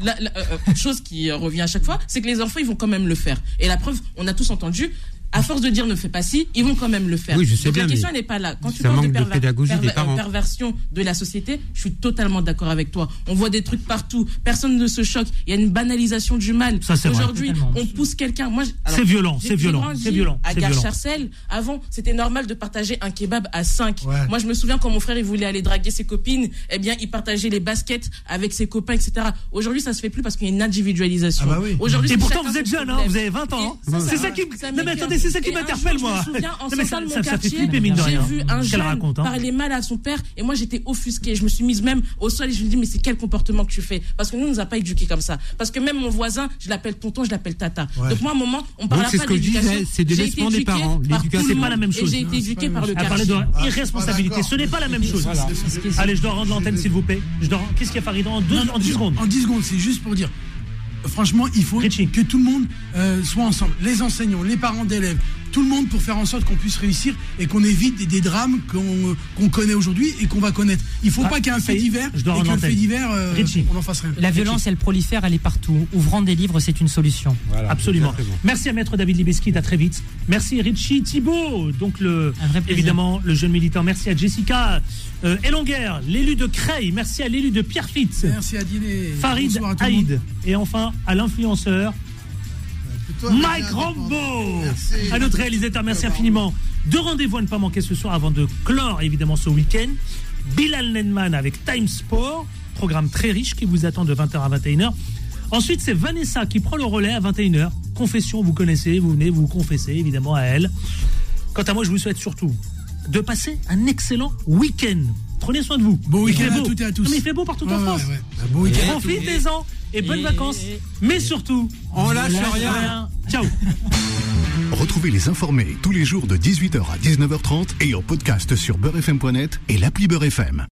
Chose qui revient à chaque fois, c'est que les enfants, ils vont quand même le faire. Et la preuve, on a tous entendu, à force de dire ne fais pas ci, ils vont quand même le faire. Oui, je sais. Donc bien, la question n'est pas là. Quand tu parles de pédagogie des parents. Perversion de la société, je suis totalement d'accord avec toi. On voit des trucs partout, personne ne se choque. Il y a une banalisation du mal. Aujourd'hui, on pousse quelqu'un. C'est violent, c'est violent. À Gare-Charcel, avant, c'était normal de partager un kebab à 5. Ouais. Moi, je me souviens quand mon frère il voulait aller draguer ses copines, eh bien, il partageait les baskets avec ses copains, etc. Aujourd'hui, ça se fait plus parce qu'il y a une individualisation. Ah bah oui. Aujourd'hui, et pourtant, vous êtes jeune, hein, vous avez 20 ans. C'est ça qui. Non mais attendez, c'est ça qui m'interpelle. Je me souviens, en sortant de mon quartier, j'ai vu un jeune parler mal à son père et moi j'étais offusquée. Je me suis mise même au sol et je me dis mais c'est quel comportement que tu fais? Parce que nous, on nous a pas éduqués comme ça. Parce que même mon voisin, je l'appelle tonton, je l'appelle tata. Ouais. Donc moi, à un moment, on parle pas d'éducation. C'est des délaissement des parents. L'éducation, c'est pas la même chose. J'ai été éduquée par le quartier. À parler de irresponsabilité, ce n'est pas la même chose. Allez, je dois rendre l'antenne s'il vous plaît. Qu'est-ce qu'il y a Farid en 10 secondes? En 10 secondes, c'est juste pour dire. Franchement, il faut que tout le monde soit ensemble. Les enseignants, les parents d'élèves, tout le monde pour faire en sorte qu'on puisse réussir et qu'on évite des drames qu'on connaît aujourd'hui et qu'on va connaître. Il ne faut pas qu'il y ait un fait divers et qu'un fait divers, on en fasse rien. La violence, elle prolifère, elle est partout. Ouvrant des livres, c'est une solution. Voilà, absolument. Merci à Maître David Libeskid, à très vite. Merci Richie Thibault, donc évidemment le jeune militant. Merci à Jessica Elonguer, l'élu de Creil. Merci à l'élu de Pierrefitte. Merci à Diné. Farid Haïd. Et enfin à l'influenceur Mike Rambo, à notre réalisateur, merci infiniment. 2 rendez-vous à ne pas manquer ce soir avant de clore évidemment ce week-end. Bilal Nenman avec Time Sport, programme très riche qui vous attend de 20h à 21h. Ensuite, c'est Vanessa qui prend le relais à 21h. Confession, vous connaissez, vous venez vous confesser évidemment à elle. Quant à moi, je vous souhaite surtout de passer un excellent week-end. Prenez soin de vous. Bon week-end à toutes et à tous. Non, mais il fait beau partout en France. Bon week-end. Profitez-en et bonnes vacances. Mais surtout, on lâche rien. Ciao. Retrouvez les informés tous les jours de 18h à 19h30 et en podcast sur beurrefm.net et l'appli Beurre FM.